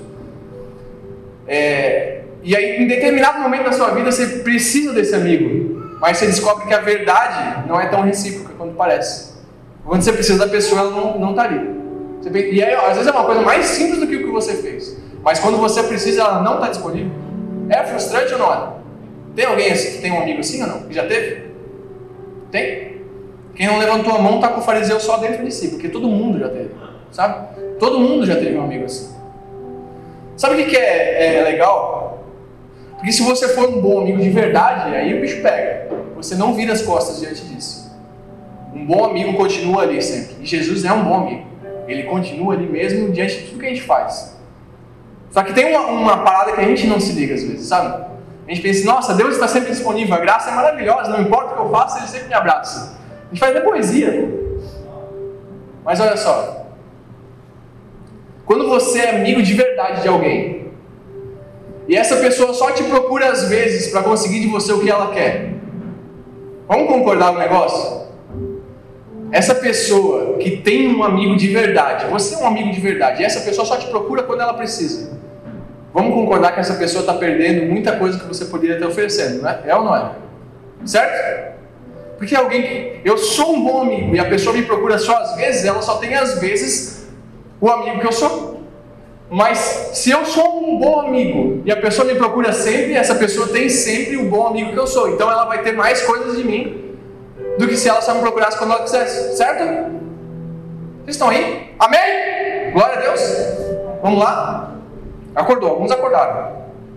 E aí em determinado momento da sua vida você precisa desse amigo, mas você descobre que a verdade não é tão recíproca quanto parece. Quando você precisa da pessoa, ela não está ali. E aí às vezes é uma coisa mais simples do que o que você fez, mas quando você precisa ela não está disponível. É frustrante ou não é? Tem alguém assim que tem um amigo assim ou não? Que já teve? Tem? Quem não levantou a mão está com o fariseu só dentro de si, porque todo mundo já teve, sabe? Todo mundo já teve um amigo assim. Sabe o que é legal? Porque se você for um bom amigo de verdade, aí o bicho pega. Você não vira as costas diante disso. Um bom amigo continua ali sempre. E Jesus é um bom amigo. Ele continua ali mesmo diante de tudo que a gente faz. Só que tem uma parada que a gente não se liga às vezes, sabe? A gente pensa, nossa, Deus está sempre disponível, a graça é maravilhosa, não importa o que eu faça, Ele sempre me abraça. A gente faz até poesia. Mas olha só. Quando você é amigo de verdade de alguém, e essa pessoa só te procura às vezes para conseguir de você o que ela quer, vamos concordar no negócio? Essa pessoa que tem um amigo de verdade, você é um amigo de verdade, e essa pessoa só te procura quando ela precisa. Vamos concordar que essa pessoa está perdendo muita coisa que você poderia estar oferecendo, né? É ou não é? Certo? Porque alguém que... Eu sou um bom amigo e a pessoa me procura só às vezes, ela só tem às vezes o amigo que eu sou. Mas se eu sou um bom amigo e a pessoa me procura sempre, essa pessoa tem sempre o bom amigo que eu sou. Então ela vai ter mais coisas de mim do que se ela só me procurasse quando ela quisesse. Certo? Vocês estão aí? Amém? Glória a Deus. Vamos lá? Acordou, alguns acordaram.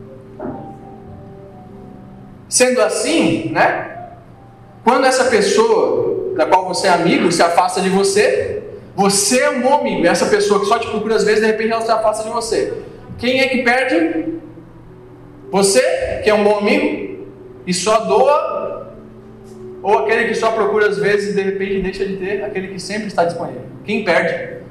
Sendo assim, né? Quando essa pessoa da qual você é amigo se afasta de você, você é um bom amigo. E essa pessoa que só te procura às vezes, de repente ela se afasta de você. Quem é que perde? Você, que é um bom amigo e só doa, ou aquele que só procura às vezes e de repente deixa de ter aquele que sempre está disponível? Quem perde?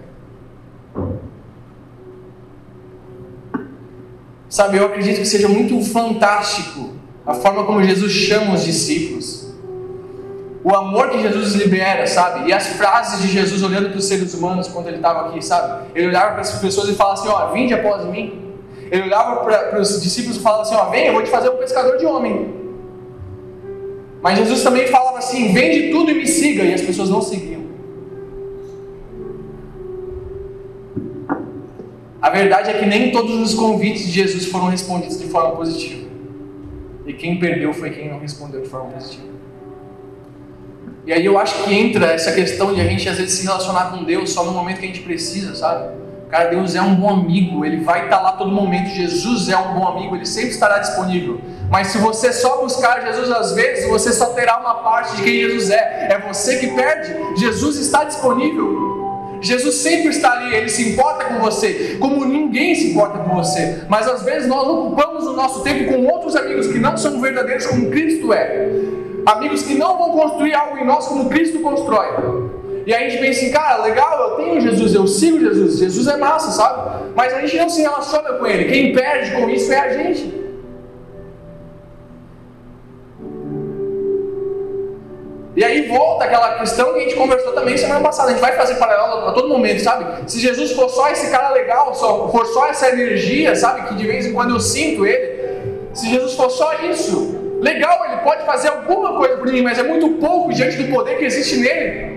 Sabe, eu acredito que seja muito fantástico a forma como Jesus chama os discípulos. O amor que Jesus libera, sabe? E as frases de Jesus olhando para os seres humanos quando ele estava aqui, sabe? Ele olhava para as pessoas e falava assim, ó, vinde após mim. Ele olhava para os discípulos e falava assim, ó, vem, eu vou te fazer um pescador de homem. Mas Jesus também falava assim, vende tudo e me siga. E as pessoas não seguiam. A verdade é que nem todos os convites de Jesus foram respondidos de forma positiva. E quem perdeu foi quem não respondeu de forma positiva. E aí eu acho que entra essa questão de a gente às vezes se relacionar com Deus só no momento que a gente precisa, sabe? Cara, Deus é um bom amigo, Ele vai estar lá todo momento. Jesus é um bom amigo, Ele sempre estará disponível. Mas se você só buscar Jesus às vezes, você só terá uma parte de quem Jesus é. É você que perde. Jesus está disponível. Jesus sempre está ali, Ele se importa com você, como ninguém se importa com você. Mas às vezes nós ocupamos o nosso tempo com outros amigos que não são verdadeiros como Cristo é. Amigos que não vão construir algo em nós como Cristo constrói. E aí a gente pensa assim, cara, legal, eu tenho Jesus, eu sigo Jesus, Jesus é massa, sabe? Mas a gente não se relaciona com Ele. Quem perde com isso é a gente. E aí volta aquela questão que a gente conversou também semana passada. A gente vai fazer paralelo a todo momento, sabe? Se Jesus for só esse cara legal, for só essa energia, sabe? Que de vez em quando eu sinto Ele. Se Jesus for só isso, legal, Ele pode fazer alguma coisa por mim, mas é muito pouco diante do poder que existe nele.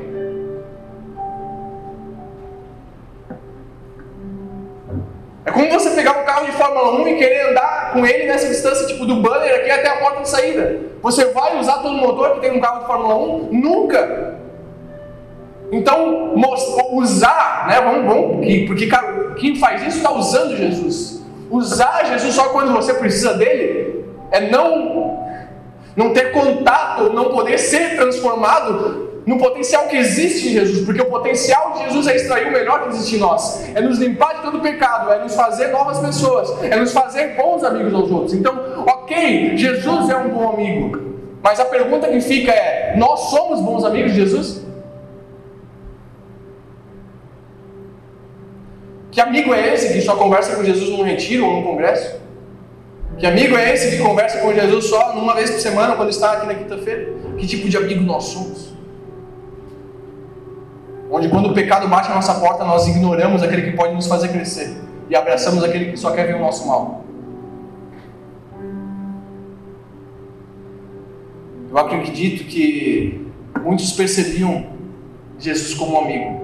É como você pegar um carro de Fórmula 1 e querer andar com ele nessa distância, tipo do banner aqui até a porta de saída. Você vai usar todo o motor que tem um carro de Fórmula 1? Nunca! Então, usar, né? Porque cara, quem faz isso está usando Jesus. Usar Jesus só quando você precisa dele é não ter contato, não poder ser transformado no potencial que existe em Jesus, porque o potencial de Jesus é extrair o melhor que existe em nós, é nos limpar de todo pecado, é nos fazer novas pessoas, é nos fazer bons amigos aos outros. Então, ok, Jesus é um bom amigo, mas a pergunta que fica é, nós somos bons amigos de Jesus? Que amigo é esse que só conversa com Jesus num retiro ou num congresso? Que amigo é esse que conversa com Jesus só uma vez por semana, quando está aqui na quinta-feira? Que tipo de amigo nós somos? Onde quando o pecado bate na nossa porta, nós ignoramos aquele que pode nos fazer crescer e abraçamos aquele que só quer ver o nosso mal. Eu acredito que muitos percebiam Jesus como um amigo,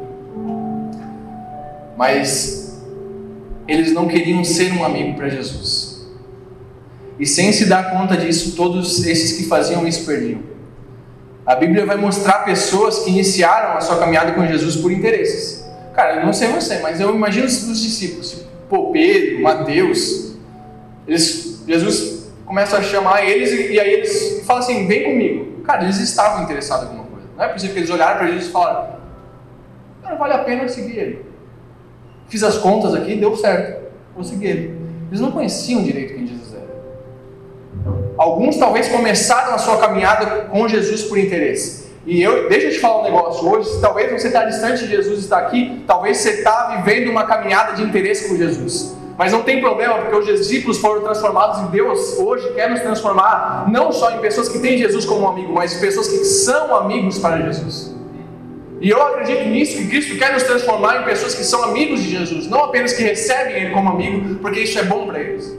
mas eles não queriam ser um amigo para Jesus. E sem se dar conta disso, todos esses que faziam isso perdiam. A Bíblia vai mostrar pessoas que iniciaram a sua caminhada com Jesus por interesses. Cara, eu não sei você, mas eu imagino os discípulos, tipo Pedro, Mateus, Jesus começa a chamar eles e aí eles falam assim, vem comigo. Cara, eles estavam interessados em alguma coisa. Não é possível que eles olharam para Jesus e falaram, cara, vale a pena seguir ele. Fiz as contas aqui, deu certo, vou seguir ele. Eles não conheciam direito quem Jesus era. Alguns talvez começaram a sua caminhada com Jesus por interesse. E deixa eu te falar um negócio. Hoje, talvez você está distante de Jesus, está aqui, talvez você está vivendo uma caminhada de interesse com Jesus. Mas não tem problema, porque os discípulos foram transformados e Deus hoje quer nos transformar não só em pessoas que têm Jesus como amigo, mas em pessoas que são amigos para Jesus. E eu acredito nisso, que Cristo quer nos transformar em pessoas que são amigos de Jesus, não apenas que recebem Ele como amigo, porque isso é bom para eles.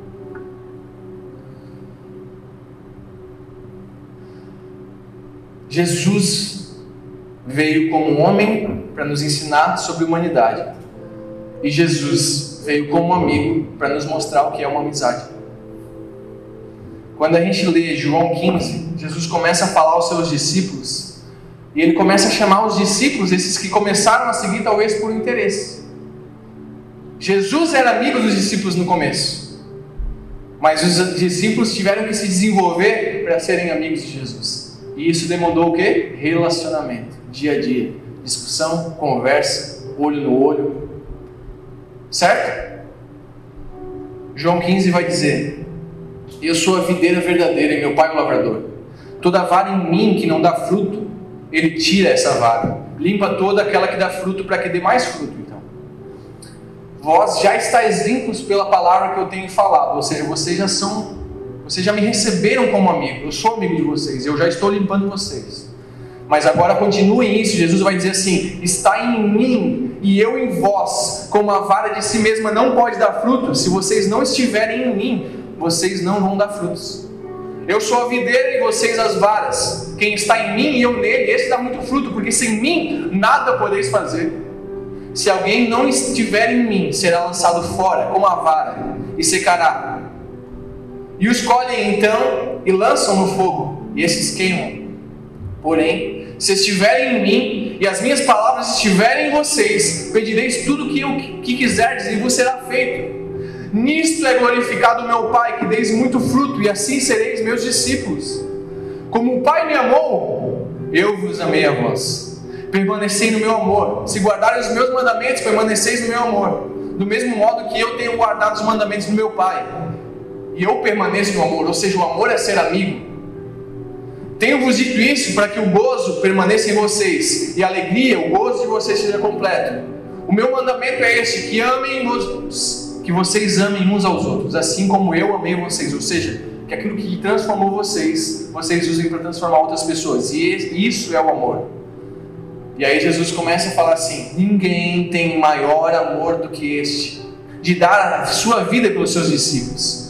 Jesus veio como um homem para nos ensinar sobre humanidade. E Jesus veio como amigo para nos mostrar o que é uma amizade. Quando a gente lê João 15, Jesus começa a falar aos seus discípulos. E ele começa a chamar os discípulos, esses que começaram a seguir talvez por interesse. Jesus era amigo dos discípulos no começo. Mas os discípulos tiveram que se desenvolver para serem amigos de Jesus. E isso demandou o quê? Relacionamento, dia a dia, discussão, conversa, olho no olho, certo? João 15 vai dizer, eu sou a videira verdadeira e meu pai é o lavrador. Toda vara em mim que não dá fruto, ele tira essa vara, limpa toda aquela que dá fruto para que dê mais fruto. Então, vós já estáis limpos pela palavra que eu tenho falado, ou seja, vocês já me receberam como amigo, eu sou amigo de vocês, eu já estou limpando vocês. Mas agora continuem isso, Jesus vai dizer assim, está em mim e eu em vós, como a vara de si mesma não pode dar fruto, se vocês não estiverem em mim, vocês não vão dar frutos. Eu sou a videira e vocês as varas, quem está em mim e eu nele, esse dá muito fruto, porque sem mim nada podeis fazer. Se alguém não estiver em mim, será lançado fora como a vara e secará. E os colhem então e lançam no fogo, e esses queimam. Porém, se estiverem em mim e as minhas palavras estiverem em vocês, pedireis tudo que quiserdes e vos será feito. Nisto é glorificado o meu Pai, que deis muito fruto, e assim sereis meus discípulos. Como o Pai me amou, eu vos amei a vós. Permanecei no meu amor. Se guardarem os meus mandamentos, permaneceis no meu amor. Do mesmo modo que eu tenho guardado os mandamentos do meu Pai. E eu permaneço no amor, ou seja, o amor é ser amigo. Tenho-vos dito isso para que o gozo permaneça em vocês, e a alegria, o gozo de vocês seja completo. O meu mandamento é este, que vocês amem uns aos outros, assim como eu amei vocês. Ou seja, que aquilo que transformou vocês usem para transformar outras pessoas. E isso é o amor. E aí Jesus começa a falar assim, ninguém tem maior amor do que este, de dar a sua vida pelos seus discípulos.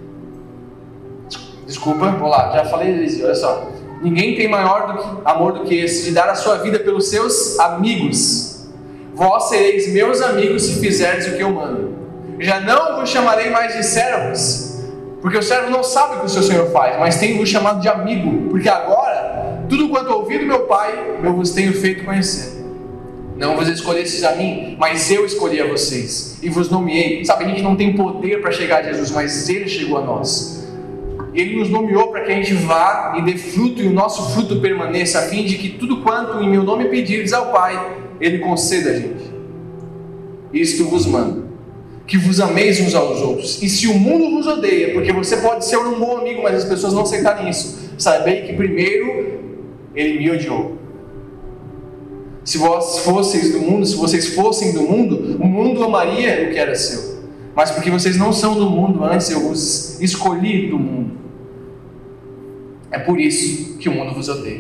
Desculpa, vou lá, já falei isso, olha só. Ninguém tem maior amor do que esse, de dar a sua vida pelos seus amigos. Vós sereis meus amigos se fizerdes o que eu mando. Já não vos chamarei mais de servos, porque o servo não sabe o que o seu Senhor faz, mas tenho-vos chamado de amigo, porque agora, tudo quanto ouvi do meu Pai, eu vos tenho feito conhecer. Não vos escolhestes a mim, mas eu escolhi a vocês, e vos nomeei. Sabe, a gente não tem poder para chegar a Jesus, mas Ele chegou a nós. Ele nos nomeou para que a gente vá e dê fruto, e o nosso fruto permaneça, a fim de que tudo quanto em meu nome pedirdes ao Pai, Ele conceda a gente. Isto vos mando, que vos ameis uns aos outros. E se o mundo vos odeia, porque você pode ser um bom amigo, mas as pessoas não aceitarem isso, sabei que primeiro ele me odiou. Se vós fosseis do mundo, se vocês fossem do mundo, o mundo amaria o que era seu. Mas porque vocês não são do mundo, antes eu vos escolhi do mundo. É por isso que o mundo vos odeia.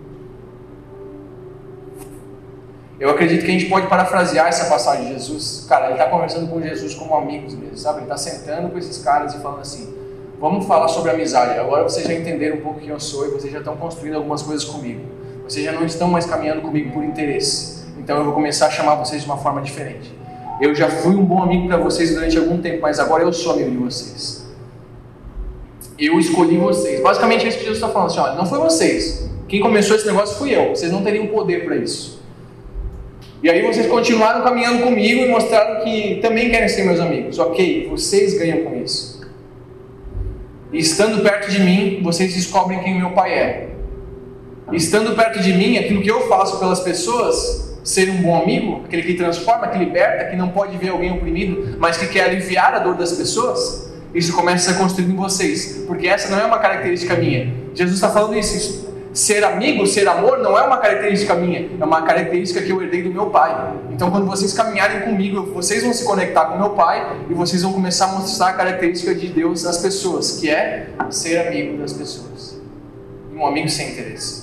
Eu acredito que a gente pode parafrasear essa passagem de Jesus. Cara, ele está conversando com Jesus como amigos mesmo, sabe? Ele está sentando com esses caras e falando assim: vamos falar sobre amizade. Agora vocês já entenderam um pouco quem eu sou e vocês já estão construindo algumas coisas comigo. Vocês já não estão mais caminhando comigo por interesse. Então eu vou começar a chamar vocês de uma forma diferente. Eu já fui um bom amigo para vocês durante algum tempo, mas agora eu sou amigo de vocês. Eu escolhi vocês. Basicamente é isso que Jesus está falando assim: olha, não foi vocês. Quem começou esse negócio fui eu. Vocês não teriam poder para isso. E aí vocês continuaram caminhando comigo e mostraram que também querem ser meus amigos. Ok, vocês ganham com isso. E estando perto de mim, vocês descobrem quem meu Pai é. E estando perto de mim, aquilo que eu faço pelas pessoas, ser um bom amigo, aquele que transforma, que liberta, que não pode ver alguém oprimido, mas que quer aliviar a dor das pessoas, isso começa a ser construído em vocês. Porque essa não é uma característica minha. Jesus está falando isso. Ser amigo, ser amor, não é uma característica minha, é uma característica que eu herdei do meu Pai. Então quando vocês caminharem comigo, vocês vão se conectar com meu Pai e vocês vão começar a mostrar a característica de Deus às pessoas, que é ser amigo das pessoas. E um amigo sem interesse.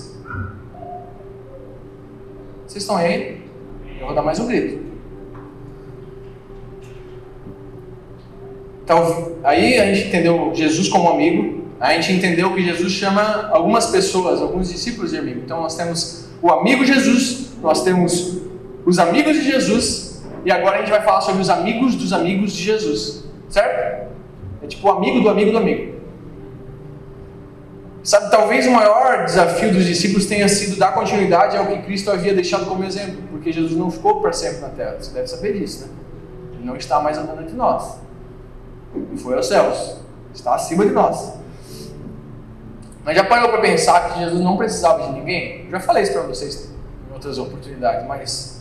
Vocês estão aí? Eu vou dar mais um grito. Então, aí a gente entendeu Jesus como amigo. A gente entendeu que Jesus chama algumas pessoas, alguns discípulos de amigo. Então nós temos o amigo Jesus, nós temos os amigos de Jesus, e agora a gente vai falar sobre os amigos dos amigos de Jesus, certo? É tipo o amigo do amigo do amigo. Sabe, talvez o maior desafio dos discípulos tenha sido dar continuidade ao que Cristo havia deixado como exemplo, porque Jesus não ficou para sempre na terra, você deve saber disso, né? Ele não está mais andando entre nós, ele foi aos céus, está acima de nós. Mas já parou para pensar que Jesus não precisava de ninguém? Eu já falei isso para vocês em outras oportunidades, mas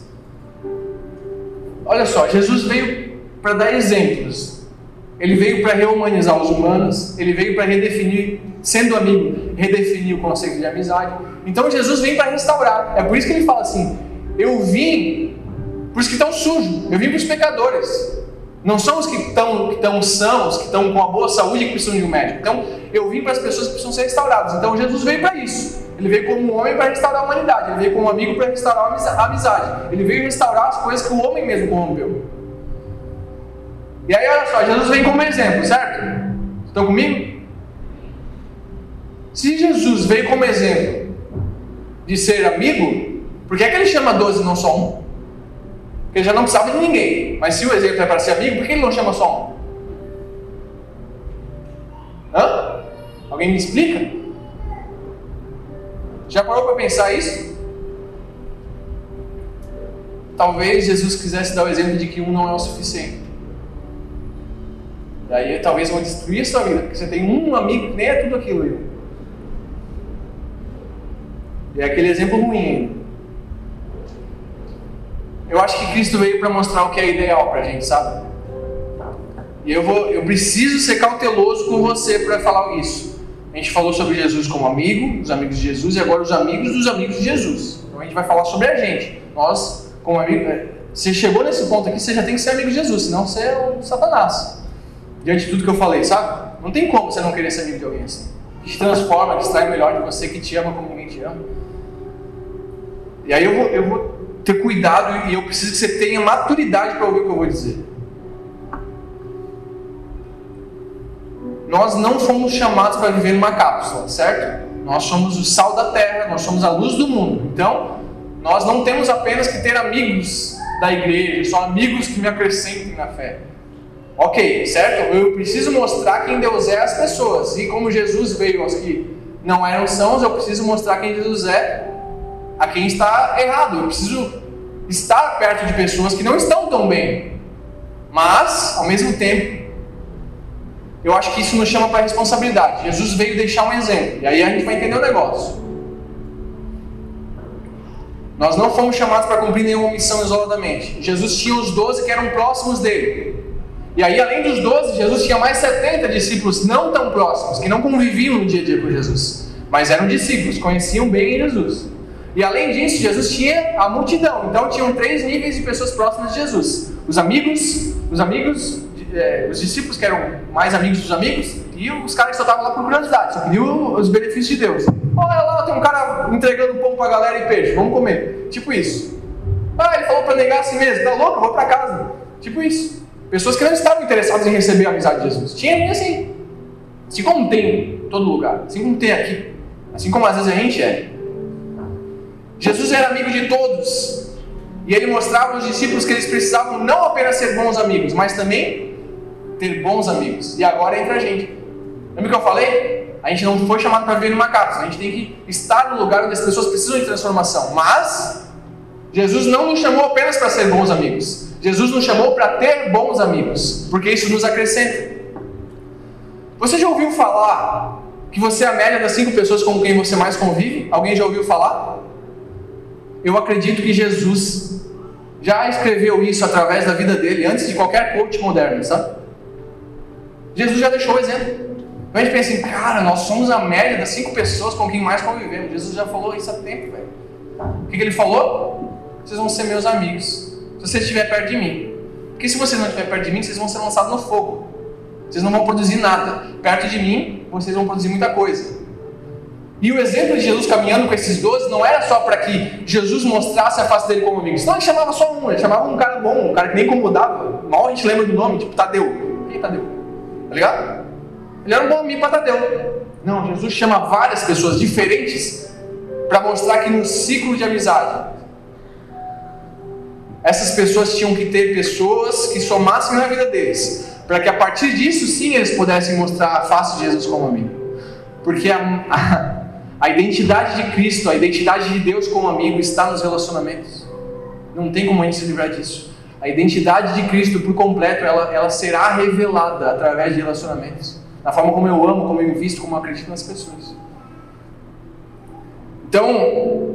olha só, Jesus veio para dar exemplos. Ele veio para rehumanizar os humanos, ele veio para redefinir, sendo amigo, redefinir o conceito de amizade. Então Jesus vem para restaurar. É por isso que ele fala assim: eu vim para os que estão sujos, eu vim para os pecadores. Não são os que estão sãos, que estão com uma boa saúde e que precisam de um médico. Então, eu vim para as pessoas que precisam ser restauradas. Então, Jesus veio para isso. Ele veio como um homem para restaurar a humanidade. Ele veio como um amigo para restaurar a amizade. Ele veio restaurar as coisas que o homem mesmo corrompeu. E aí, olha só, Jesus vem como exemplo, certo? Estão comigo? Se Jesus veio como exemplo de ser amigo, por que é que ele chama 12 e não só um? Porque ele já não precisava de ninguém. Mas se o exemplo é para ser amigo, por que ele não chama só um? Hã? Alguém me explica? Já parou para pensar isso? Talvez Jesus quisesse dar o exemplo de que um não é o suficiente. E aí talvez vão destruir a sua vida, porque você tem um amigo que nem é tudo aquilo aí. E é aquele exemplo ruim. Eu acho que Cristo veio para mostrar o que é ideal para a gente, sabe? E eu preciso ser cauteloso com você para falar isso. A gente falou sobre Jesus como amigo, os amigos de Jesus, e agora os amigos dos amigos de Jesus. Então a gente vai falar sobre a gente. Nós, como amigos, você chegou nesse ponto aqui, você já tem que ser amigo de Jesus, senão você é um Satanás. Diante de tudo que eu falei, sabe? Não tem como você não querer ser amigo de alguém assim. Que te transforma, que extrai melhor de você, que te ama como ninguém te ama. E aí eu vou ter cuidado e eu preciso que você tenha maturidade para ouvir o que eu vou dizer. Nós não fomos chamados para viver numa cápsula, certo? Nós somos o sal da terra, nós somos a luz do mundo. Então, nós não temos apenas que ter amigos da igreja, só amigos que me acrescentem na fé. Ok, certo? Eu preciso mostrar quem Deus é às pessoas. E como Jesus veio aos que não eram sãos, eu preciso mostrar quem Jesus é a quem está errado. Eu preciso estar perto de pessoas que não estão tão bem. Mas, ao mesmo tempo, eu acho que isso nos chama para a responsabilidade. Jesus veio deixar um exemplo. E aí a gente vai entender o negócio. Nós não fomos chamados para cumprir nenhuma missão isoladamente. Jesus tinha os 12 que eram próximos dele. E aí, além dos 12, Jesus tinha mais 70 discípulos não tão próximos, que não conviviam no dia a dia com Jesus. Mas eram discípulos, conheciam bem Jesus. E além disso, Jesus tinha a multidão. Então tinham 3 níveis de pessoas próximas de Jesus: os amigos, os discípulos que eram mais amigos dos amigos, e os caras que só estavam lá por curiosidade, só queriam os benefícios de Deus. Olha lá, tem um cara entregando pão pra galera e peixe, vamos comer. Tipo isso. Ele falou pra negar assim mesmo, tá louco? Eu vou pra casa. Tipo isso. Pessoas que não estavam interessadas em receber a amizade de Jesus. Tinha assim. Assim como tem em todo lugar, assim como tem aqui, assim como às vezes a gente é. Jesus era amigo de todos. E ele mostrava aos discípulos que eles precisavam não apenas ser bons amigos, mas também ter bons amigos. E agora entra a gente. Lembra que eu falei? A gente não foi chamado para viver numa cápsula. A gente tem que estar no lugar onde as pessoas precisam de transformação. Mas Jesus não nos chamou apenas para ser bons amigos. Jesus nos chamou para ter bons amigos, porque isso nos acrescenta. Você já ouviu falar que você é a média das 5 pessoas com quem você mais convive? Alguém já ouviu falar? Eu acredito que Jesus já escreveu isso através da vida dele, antes de qualquer coach moderno, sabe? Jesus já deixou o exemplo. Então a gente pensa assim, cara, nós somos a média das 5 pessoas com quem mais convivemos. Jesus já falou isso há tempo, velho. O que ele falou? Vocês vão ser meus amigos, se você estiver perto de mim. Porque se você não estiver perto de mim, vocês vão ser lançados no fogo. Vocês não vão produzir nada. Perto de mim, vocês vão produzir muita coisa. E o exemplo de Jesus caminhando com esses 12 não era só para que Jesus mostrasse a face dele como amigo. Senão ele chamava só um, ele chamava um cara bom, um cara que nem incomodava. Mal a gente lembra do nome, tipo Tadeu. Quem é Tadeu? Tá ligado? Ele era um bom amigo para Tadeu. Não, Jesus chama várias pessoas diferentes para mostrar que no ciclo de amizade, essas pessoas tinham que ter pessoas que somassem na vida deles, para que a partir disso sim eles pudessem mostrar a face de Jesus como amigo. Porque a identidade de Cristo, a identidade de Deus como amigo está nos relacionamentos. Não tem como a gente se livrar disso. A identidade de Cristo por completo, ela será revelada através de relacionamentos. Da forma como eu amo, como eu invisto, como eu acredito nas pessoas. Então,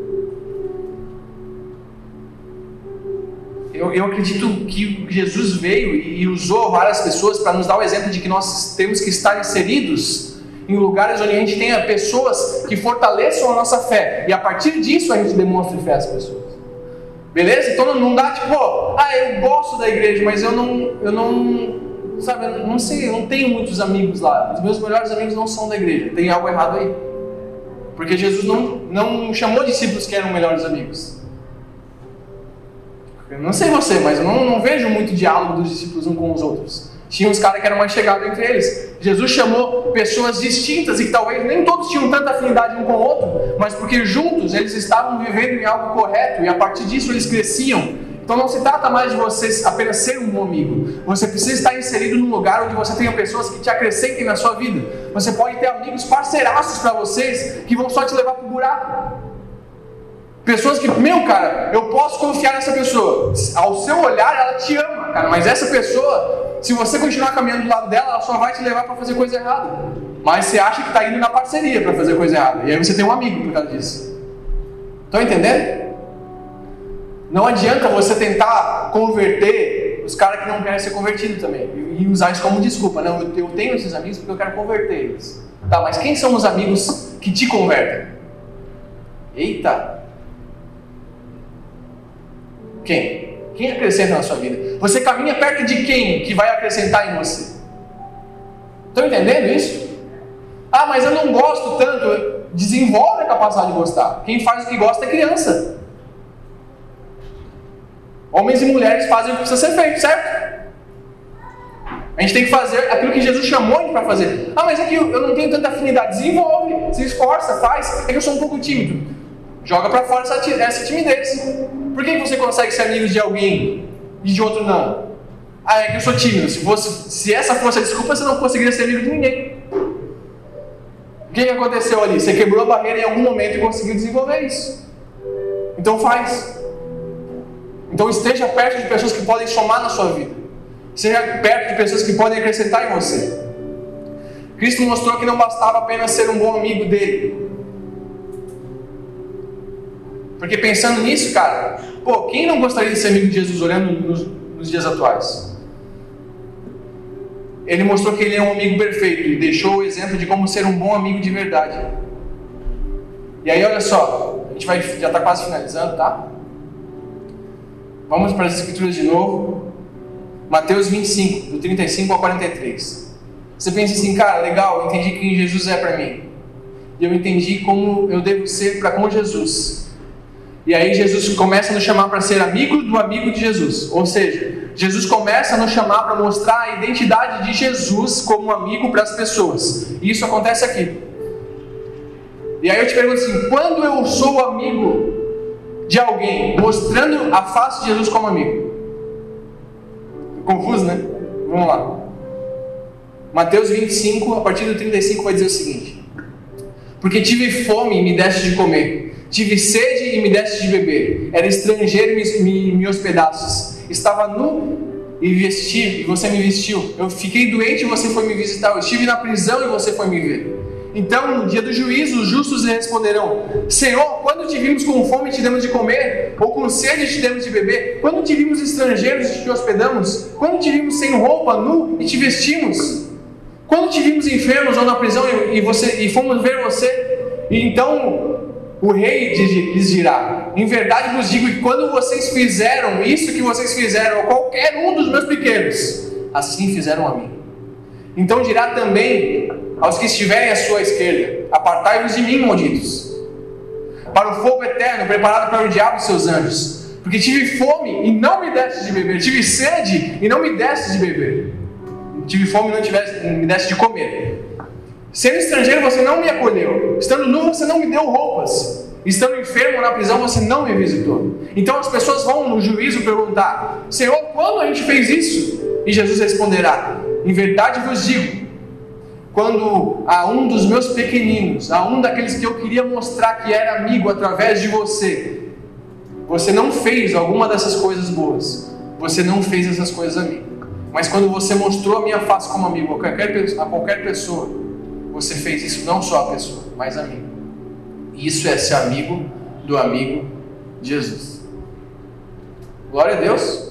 eu acredito que Jesus veio e usou várias pessoas para nos dar o exemplo de que nós temos que estar inseridos em lugares onde a gente tenha pessoas que fortaleçam a nossa fé. E a partir disso a gente demonstra fé às pessoas. Beleza? Então não dá tipo, eu gosto da igreja, mas eu não, sabe, eu não sei, eu não tenho muitos amigos lá. Os meus melhores amigos não são da igreja. Tem algo errado aí. Porque Jesus não chamou discípulos que eram melhores amigos. Eu não sei você, mas eu não vejo muito diálogo dos discípulos uns com os outros. Tinha uns caras que eram mais chegados entre eles. Jesus chamou pessoas distintas e que talvez nem todos tinham tanta afinidade um com o outro, mas porque juntos eles estavam vivendo em algo correto e a partir disso eles cresciam. Então não se trata mais de você apenas ser um bom amigo. Você precisa estar inserido num lugar onde você tenha pessoas que te acrescentem na sua vida. Você pode ter amigos parceiraços para vocês que vão só te levar para o buraco. Pessoas que, cara, eu posso confiar nessa pessoa. Ao seu olhar, ela te ama, cara. Mas essa pessoa, se você continuar caminhando do lado dela, ela só vai te levar para fazer coisa errada. Mas você acha que está indo na parceria para fazer coisa errada. E aí você tem um amigo por causa disso. Estão entendendo? Não adianta você tentar converter os caras que não querem ser convertidos também. E usar isso como desculpa. Não, eu tenho esses amigos porque eu quero converter eles. Tá, mas quem são os amigos que te convertem? Eita! Quem? Quem acrescenta na sua vida? Você caminha perto de quem que vai acrescentar em você? Estão entendendo isso? Mas eu não gosto tanto. Desenvolve a capacidade de gostar. Quem faz o que gosta é criança. Homens e mulheres fazem o que precisa ser feito, certo? A gente tem que fazer aquilo que Jesus chamou a gente para fazer. Mas é que eu não tenho tanta afinidade. Desenvolve, se esforça, faz. É que eu sou um pouco tímido. Joga para fora essa timidez. Por que você consegue ser amigo de alguém e de outro não? É que eu sou tímido. Se essa fosse a desculpa, você não conseguiria ser amigo de ninguém. O que aconteceu ali? Você quebrou a barreira em algum momento e conseguiu desenvolver isso. Então faz. Então esteja perto de pessoas que podem somar na sua vida. Esteja perto de pessoas que podem acrescentar em você. Cristo mostrou que não bastava apenas ser um bom amigo dele. Porque pensando nisso, cara, quem não gostaria de ser amigo de Jesus olhando nos dias atuais? Ele mostrou que ele é um amigo perfeito e deixou o exemplo de como ser um bom amigo de verdade. E aí olha só, A gente já está quase finalizando, tá? Vamos para as escrituras de novo. Mateus 25, do 35 ao 43. Você pensa assim, cara, legal, eu entendi quem Jesus é para mim. E eu entendi como eu devo ser para com Jesus. E aí Jesus começa a nos chamar para ser amigo do amigo de Jesus. Ou seja, Jesus começa a nos chamar para mostrar a identidade de Jesus como amigo para as pessoas. E isso acontece aqui. E aí eu te pergunto assim, quando eu sou amigo de alguém, mostrando a face de Jesus como amigo? Confuso, né? Vamos lá. Mateus 25, a partir do 35, vai dizer o seguinte: porque tive fome e me deste de comer, tive sede e me deste de beber, era estrangeiro e me hospedastes, estava nu e você me vestiu, eu fiquei doente e você foi me visitar, eu estive na prisão e você foi me ver. Então, no dia do juízo, os justos lhe responderão: Senhor, quando te vimos com fome e te demos de comer, ou com sede e te demos de beber? Quando te vimos estrangeiros e te hospedamos? Quando te vimos sem roupa, nu e te vestimos? Quando te vimos enfermos ou na prisão e fomos ver você? E então o rei lhes dirá: em verdade vos digo que quando vocês fizeram isso que vocês fizeram a qualquer um dos meus pequenos, assim fizeram a mim. Então dirá também aos que estiverem à sua esquerda: apartai-vos de mim, malditos, para o fogo eterno preparado para o diabo e seus anjos. Porque tive fome e não me deste de beber, tive sede e não me deste de beber, tive fome e não me deste de comer. Sendo estrangeiro você não me acolheu, estando nu você não me deu roupas, estando enfermo na prisão você não me visitou. Então as pessoas vão no juízo perguntar: Senhor, quando a gente fez isso? E Jesus responderá: em verdade vos digo, quando a um dos meus pequeninos, a um daqueles que eu queria mostrar que era amigo através de você, você não fez alguma dessas coisas boas, você não fez essas coisas a mim. Mas quando você mostrou a minha face como amigo a qualquer pessoa, você fez isso não só a pessoa, mas a mim. E isso é ser amigo do amigo de Jesus. Glória a Deus.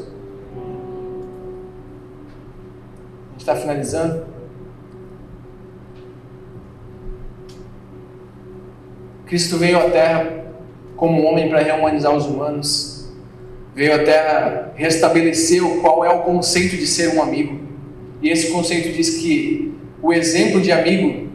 A gente está finalizando. Cristo veio à Terra como homem para rehumanizar os humanos. Veio à Terra, restabeleceu qual é o conceito de ser um amigo. E esse conceito diz que o exemplo de amigo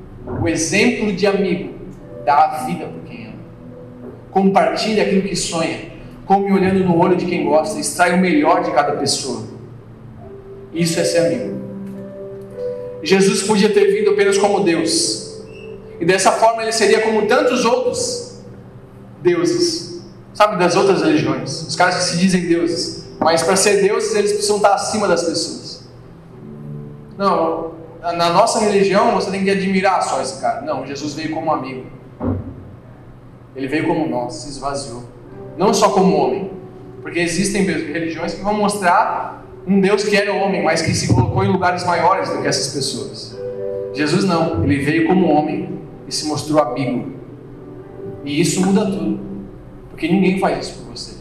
dá a vida por quem ama. Compartilha aquilo que sonha, come olhando no olho de quem gosta, extrai o melhor de cada pessoa. Isso é ser amigo. Jesus podia ter vindo apenas como Deus, e dessa forma ele seria como tantos outros deuses, sabe, das outras religiões, os caras que se dizem deuses, mas para ser deuses eles precisam estar acima das pessoas. Não, na nossa religião você tem que admirar só esse cara. Não, Jesus veio como amigo, ele veio como nós, se esvaziou, não só como homem, porque existem religiões que vão mostrar um Deus que era homem, mas que se colocou em lugares maiores do que essas pessoas. Jesus não, ele veio como homem e se mostrou amigo. E isso muda tudo, porque ninguém faz isso por você.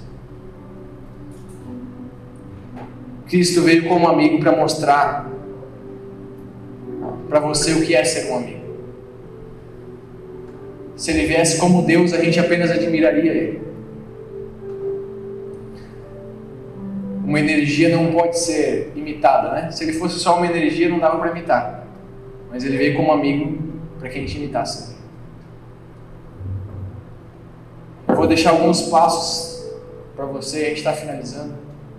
Cristo veio como amigo para mostrar para você o que é ser um amigo. Se ele viesse como Deus, a gente apenas admiraria ele. Uma energia não pode ser imitada, né? Se ele fosse só uma energia, não dava para imitar. Mas ele veio como amigo para que a gente imitasse. Eu vou deixar alguns passos para você, a gente está finalizando,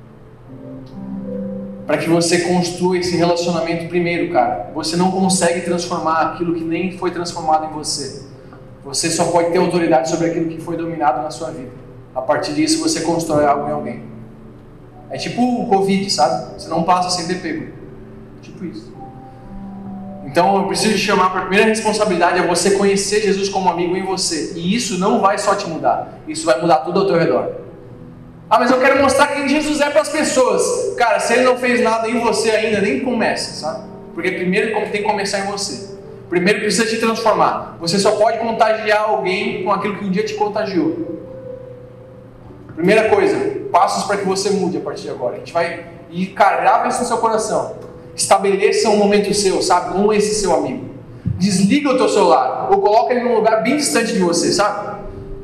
para que você construa esse relacionamento primeiro, cara. Você não consegue transformar aquilo que nem foi transformado em você. Você só pode ter autoridade sobre aquilo que foi dominado na sua vida. A partir disso você constrói algo em alguém. É tipo o Covid, sabe? Você não passa sem ter pego. Tipo isso. Então eu preciso te chamar para a primeira responsabilidade, é você conhecer Jesus como amigo em você. E isso não vai só te mudar, isso vai mudar tudo ao teu redor. Ah, mas eu quero mostrar quem Jesus é para as pessoas. Cara, se ele não fez nada em você ainda, nem começa, sabe? Porque primeiro tem que começar em você. Primeiro precisa te transformar. Você só pode contagiar alguém com aquilo que um dia te contagiou. Primeira coisa, passos para que você mude a partir de agora. A gente vai... E, cara, grava isso no seu coração. Estabeleça um momento seu, sabe? Com esse seu amigo. Desliga o teu celular. Ou coloca ele num lugar bem distante de você, sabe?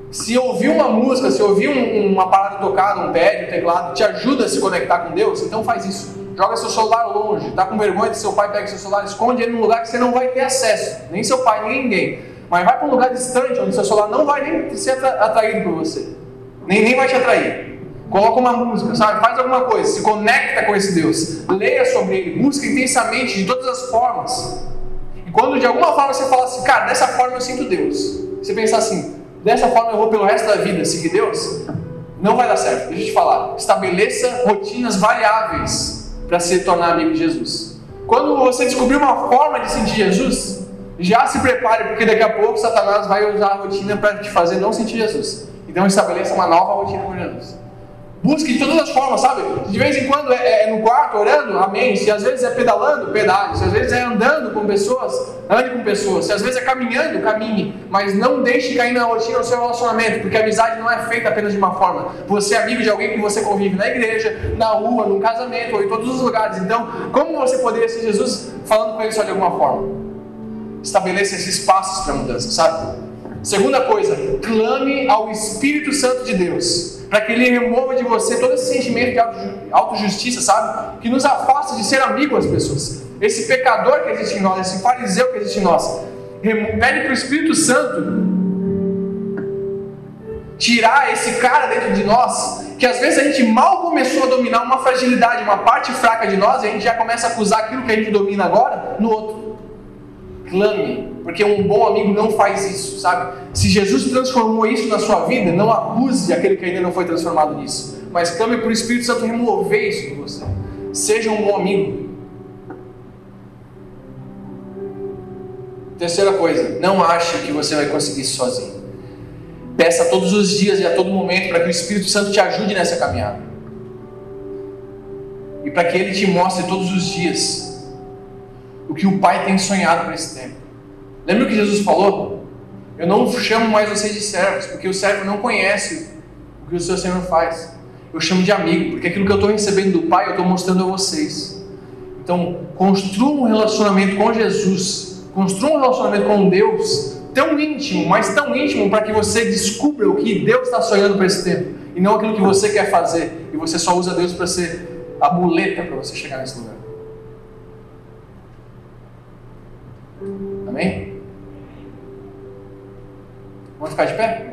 Se ouvir uma música, se ouvir uma parada tocada, um pad, um teclado, te ajuda a se conectar com Deus, então faz isso. Joga seu celular longe, tá com vergonha de seu pai, pega seu celular, esconde ele num lugar que você não vai ter acesso. Nem seu pai, nem ninguém. Mas vai para um lugar distante, onde seu celular não vai nem ser atraído por você. Nem vai te atrair. Coloca uma música, sabe? Faz alguma coisa, se conecta com esse Deus. Leia sobre ele, busca intensamente, de todas as formas. E quando de alguma forma você fala assim, cara, dessa forma eu sinto Deus. Você pensa assim, dessa forma eu vou pelo resto da vida seguir Deus, não vai dar certo. Deixa eu te falar, estabeleça rotinas variáveis para se tornar amigo de Jesus. Quando você descobrir uma forma de sentir Jesus, já se prepare, porque daqui a pouco Satanás vai usar a rotina para te fazer não sentir Jesus. Então estabeleça uma nova rotina com Jesus. Busque de todas as formas, sabe? De vez em quando é no quarto orando, amém. Se às vezes é pedalando, pedale. Se às vezes é andando com pessoas, ande com pessoas. Se às vezes é caminhando, caminhe. Mas não deixe cair na rotina do seu relacionamento, porque a amizade não é feita apenas de uma forma. Você é amigo de alguém que você convive na igreja, na rua, no casamento, ou em todos os lugares. Então, como você poderia ser Jesus falando com ele só de alguma forma? Estabeleça esses passos para a mudança, sabe? Segunda coisa, clame ao Espírito Santo de Deus, para que Ele remova de você todo esse sentimento de autojustiça, sabe? Que nos afasta de ser amigo das pessoas. Esse pecador que existe em nós, esse fariseu que existe em nós. Pede para o Espírito Santo tirar esse cara dentro de nós, que às vezes a gente mal começou a dominar uma fragilidade, uma parte fraca de nós, e a gente já começa a acusar aquilo que a gente domina agora no outro. Clame, porque um bom amigo não faz isso, sabe? Se Jesus transformou isso na sua vida, não acuse aquele que ainda não foi transformado nisso, mas clame para o Espírito Santo remover isso de você. Seja um bom amigo. Terceira coisa, não ache que você vai conseguir isso sozinho. Peça todos os dias e a todo momento para que o Espírito Santo te ajude nessa caminhada. E para que Ele te mostre todos os dias o que o Pai tem sonhado para esse tempo. Lembra o que Jesus falou? Eu não chamo mais vocês de servos, porque o servo não conhece o que o seu Senhor faz. Eu chamo de amigo, porque aquilo que eu estou recebendo do Pai, eu estou mostrando a vocês. Então, construa um relacionamento com Jesus, construa um relacionamento com Deus, tão íntimo, mas tão íntimo, para que você descubra o que Deus está sonhando para esse tempo, e não aquilo que você quer fazer, e você só usa Deus para ser a muleta para você chegar nesse lugar. Amém? Vamos ficar de pé?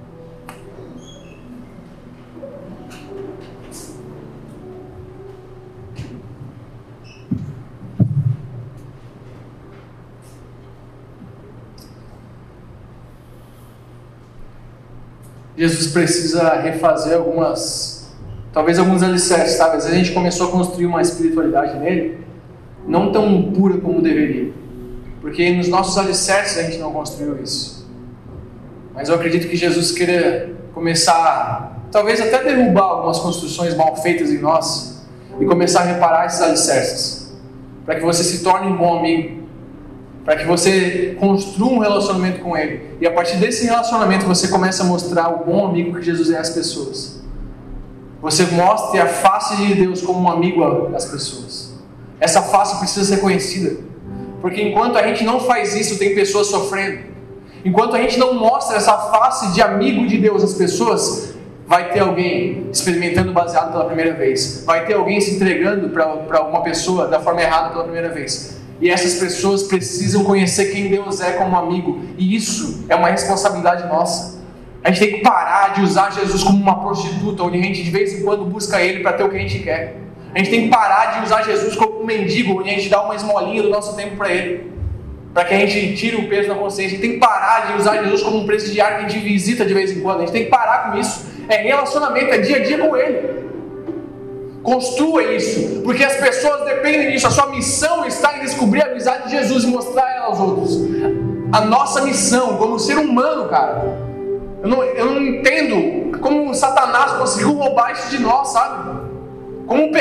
Jesus precisa refazer talvez alguns alicerces, sabe? Às vezes a gente começou a construir uma espiritualidade nele, não tão pura como deveria. Porque nos nossos alicerces a gente não construiu isso. Mas eu acredito que Jesus queira começar, talvez até derrubar algumas construções mal feitas em nós e começar a reparar esses alicerces, para que você se torne um bom amigo, para que você construa um relacionamento com Ele, e a partir desse relacionamento você começa a mostrar o bom amigo que Jesus é às pessoas. Você mostre a face de Deus como um amigo às pessoas. Essa face precisa ser conhecida. Porque enquanto a gente não faz isso, tem pessoas sofrendo. Enquanto a gente não mostra essa face de amigo de Deus às pessoas, vai ter alguém experimentando baseado pela primeira vez. Vai ter alguém se entregando para uma pessoa da forma errada pela primeira vez. E essas pessoas precisam conhecer quem Deus é como amigo. E isso é uma responsabilidade nossa. A gente tem que parar de usar Jesus como uma prostituta, onde a gente de vez em quando busca Ele para ter o que a gente quer. A gente tem que parar de usar Jesus como um mendigo, onde a gente dá uma esmolinha do nosso tempo para Ele, para que a gente tire o peso da consciência. A gente tem que parar de usar Jesus como um presidiário que a gente visita de vez em quando. A gente tem que parar com isso. É relacionamento, é dia a dia com Ele. Construa isso, porque as pessoas dependem disso. A sua missão está em descobrir a amizade de Jesus e mostrar ela aos outros. A nossa missão como ser humano, cara, eu não entendo como Satanás conseguiu roubar isso de nós, sabe? Como o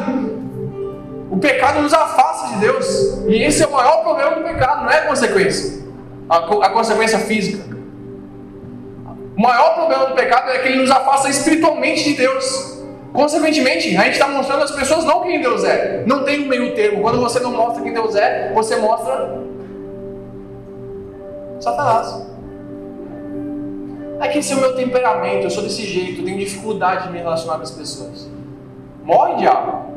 pecado nos afasta de Deus. E esse é o maior problema do pecado, não é a consequência, a consequência física. O maior problema do pecado é que ele nos afasta espiritualmente de Deus. Consequentemente, a gente está mostrando às pessoas não quem Deus é. Não tem um meio termo. Quando você não mostra quem Deus é, você mostra Satanás. É que esse é o meu temperamento, eu sou desse jeito, eu tenho dificuldade de me relacionar com as pessoas. Morre, diabo.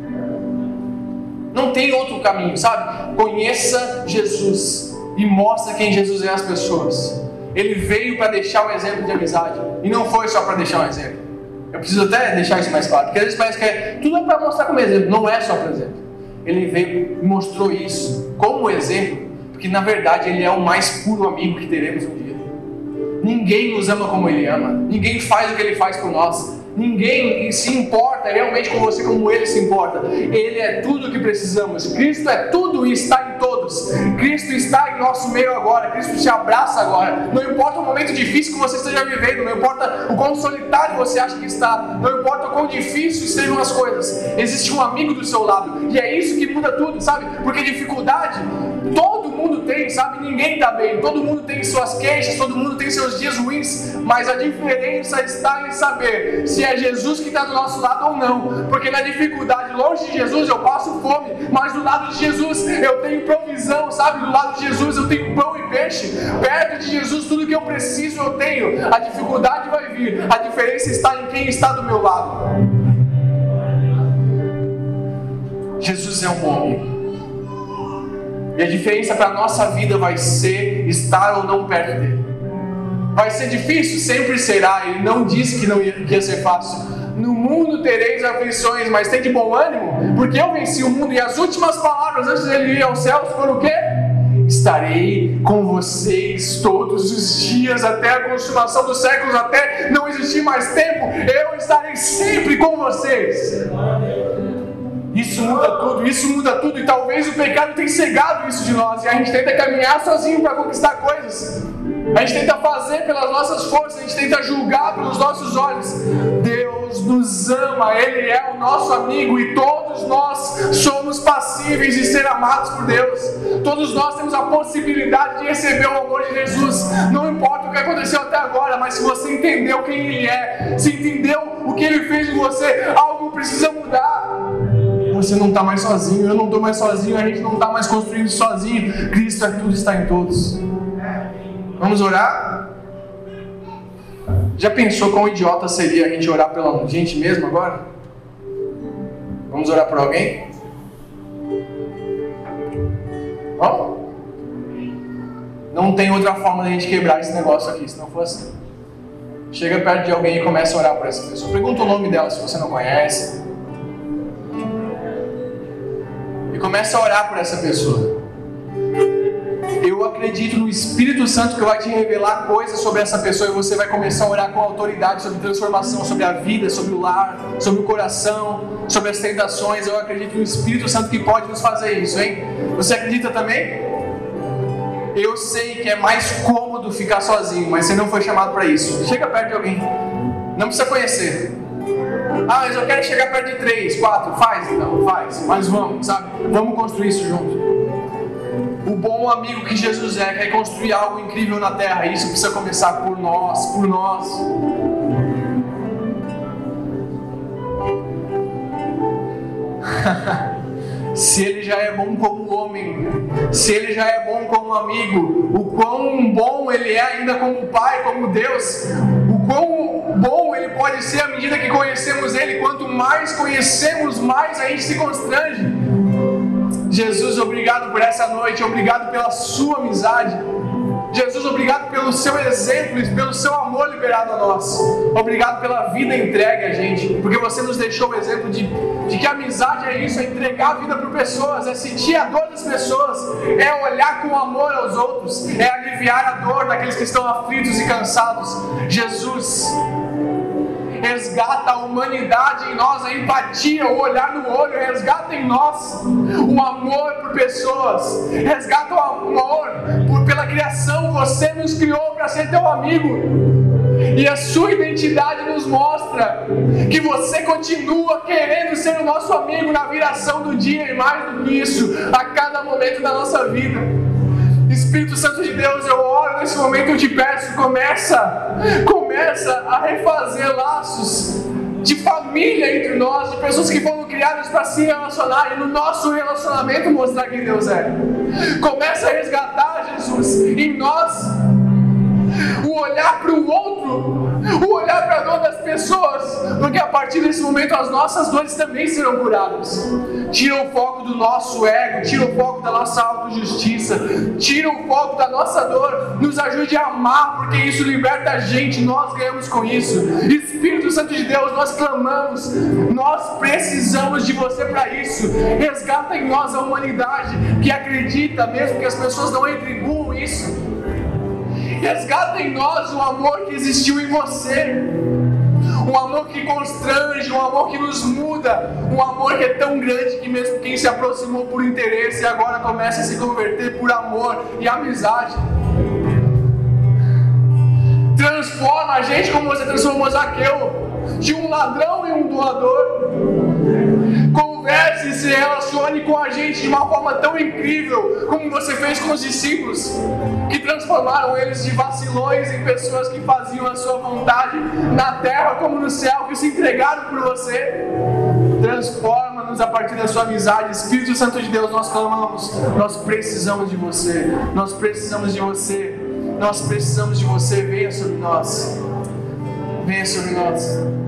Não tem outro caminho, sabe? Conheça Jesus e mostra quem Jesus é às pessoas. Ele veio para deixar um exemplo de amizade e não foi só para deixar um exemplo. Eu preciso até deixar isso mais claro, porque às vezes parece que tudo é para mostrar como exemplo, não é só para exemplo. Ele veio e mostrou isso como exemplo, porque na verdade ele é o mais puro amigo que teremos um dia. Ninguém nos ama como ele ama, ninguém faz o que ele faz por nós. Ninguém se importa realmente com você como ele se importa. Ele é tudo o que precisamos. Cristo é tudo e está em todos. Cristo está em nosso meio agora. Cristo te abraça agora. Não importa o momento difícil que você esteja vivendo, não importa o quão solitário você acha que está, não importa o quão difícil estejam as coisas, existe um amigo do seu lado. E é isso que muda tudo, sabe? Porque dificuldade todo mundo tem, sabe? Ninguém está bem. Todo mundo tem suas queixas, todo mundo tem seus dias ruins, mas a diferença está em saber se é Jesus que está do nosso lado ou não. Porque na dificuldade, longe de Jesus, eu passo fome, mas do lado de Jesus eu tenho provisão, sabe? Do lado de Jesus eu tenho pão e peixe. Perto de Jesus tudo que eu preciso eu tenho. A dificuldade vai vir, a diferença está em quem está do meu lado. Jesus é um bom amigo. E a diferença para a nossa vida vai ser estar ou não perto dele. Vai ser difícil? Sempre será. Ele não disse que não ia ser fácil. No mundo tereis aflições, mas tem de bom ânimo, porque eu venci o mundo. E as últimas palavras antes dele ir aos céus foram o quê? Estarei com vocês todos os dias, até a consumação dos séculos, até não existir mais tempo. Eu estarei sempre com vocês. Isso muda tudo, e talvez o pecado tenha cegado isso de nós, e a gente tenta caminhar sozinho para conquistar coisas, a gente tenta fazer pelas nossas forças, a gente tenta julgar pelos nossos olhos. Deus nos ama, Ele é o nosso amigo, e todos nós somos passíveis de ser amados por Deus. Todos nós temos a possibilidade de receber o amor de Jesus. Não importa o que aconteceu até agora, mas se você entendeu quem Ele é, se entendeu o que Ele fez em você, algo precisa mudar. Você não está mais sozinho, eu não estou mais sozinho, a gente não está mais construindo sozinho. Cristo é tudo, está em todos. Vamos orar? Já pensou quão idiota seria a gente orar pela gente mesmo agora? Vamos orar por alguém? Vamos? Não tem outra forma de a gente quebrar esse negócio aqui, se não for assim. Chega perto de alguém e começa a orar por essa pessoa. Pergunta o nome dela se você não conhece. Começa a orar por essa pessoa. Eu acredito no Espírito Santo que vai te revelar coisas sobre essa pessoa, e você vai começar a orar com autoridade sobre transformação, sobre a vida, sobre o lar, sobre o coração, sobre as tentações. Eu acredito no Espírito Santo que pode nos fazer isso, hein? Você acredita também? Eu sei que é mais cômodo ficar sozinho, mas você não foi chamado para isso. Chega perto de alguém. Não precisa conhecer. Ah, mas eu quero chegar perto de 3, 4, faz então, faz, mas vamos, sabe? Vamos construir isso junto. O bom amigo que Jesus é, quer construir algo incrível na terra, e isso precisa começar por nós, por nós. Se ele já é bom como homem, se ele já é bom como amigo, o quão bom ele é ainda como pai, como Deus. O quão bom ele pode ser à medida que conhecemos ele. Quanto mais conhecemos, mais a gente se constrange. Jesus, obrigado por essa noite, obrigado pela sua amizade. Jesus, obrigado pelo seu exemplo e pelo seu amor liberado a nós. Obrigado pela vida entregue a gente, porque você nos deixou o exemplo de que a amizade é isso, é entregar a vida para pessoas, é sentir a dor das pessoas, é olhar com amor aos outros, é aliviar a dor daqueles que estão aflitos e cansados. Jesus, resgata a humanidade em nós, a empatia, o olhar no olho, resgata em nós o amor por pessoas, resgata o amor pela criação. Você nos criou para ser teu amigo, e a sua identidade nos mostra que você continua querendo ser o nosso amigo na viração do dia, e mais do que isso, a cada momento da nossa vida. Espírito Santo de Deus, eu oro nesse momento, eu te peço, começa a refazer laços de família entre nós, de pessoas que foram criadas para se relacionar, e no nosso relacionamento mostrar quem Deus é. Começa a resgatar, Jesus, em nós o olhar para o outro o olhar para a dor das pessoas, porque a partir desse momento as nossas dores também serão curadas. Tira o foco do nosso ego, tira o foco da nossa autojustiça, tira o foco da nossa dor, nos ajude a amar, porque isso liberta a gente, nós ganhamos com isso. Espírito Santo de Deus, nós clamamos, nós precisamos de você para isso. Resgata em nós a humanidade que acredita, mesmo que as pessoas não retribuam isso. Resgata em nós o amor que existiu em você, um amor que constrange, um amor que nos muda, um amor que é tão grande que mesmo quem se aproximou por interesse agora começa a se converter por amor e amizade. Transforma a gente como você transformou Zaqueu, de um ladrão em um doador. Converse e se relacione com a gente de uma forma tão incrível como você fez com os discípulos, que transformaram eles de vacilões em pessoas que faziam a sua vontade na terra como no céu, que se entregaram por você. Transforma-nos a partir da sua amizade. Espírito Santo de Deus, nós clamamos, nós precisamos de você, nós precisamos de você, nós precisamos de você. Venha sobre nós, venha sobre nós.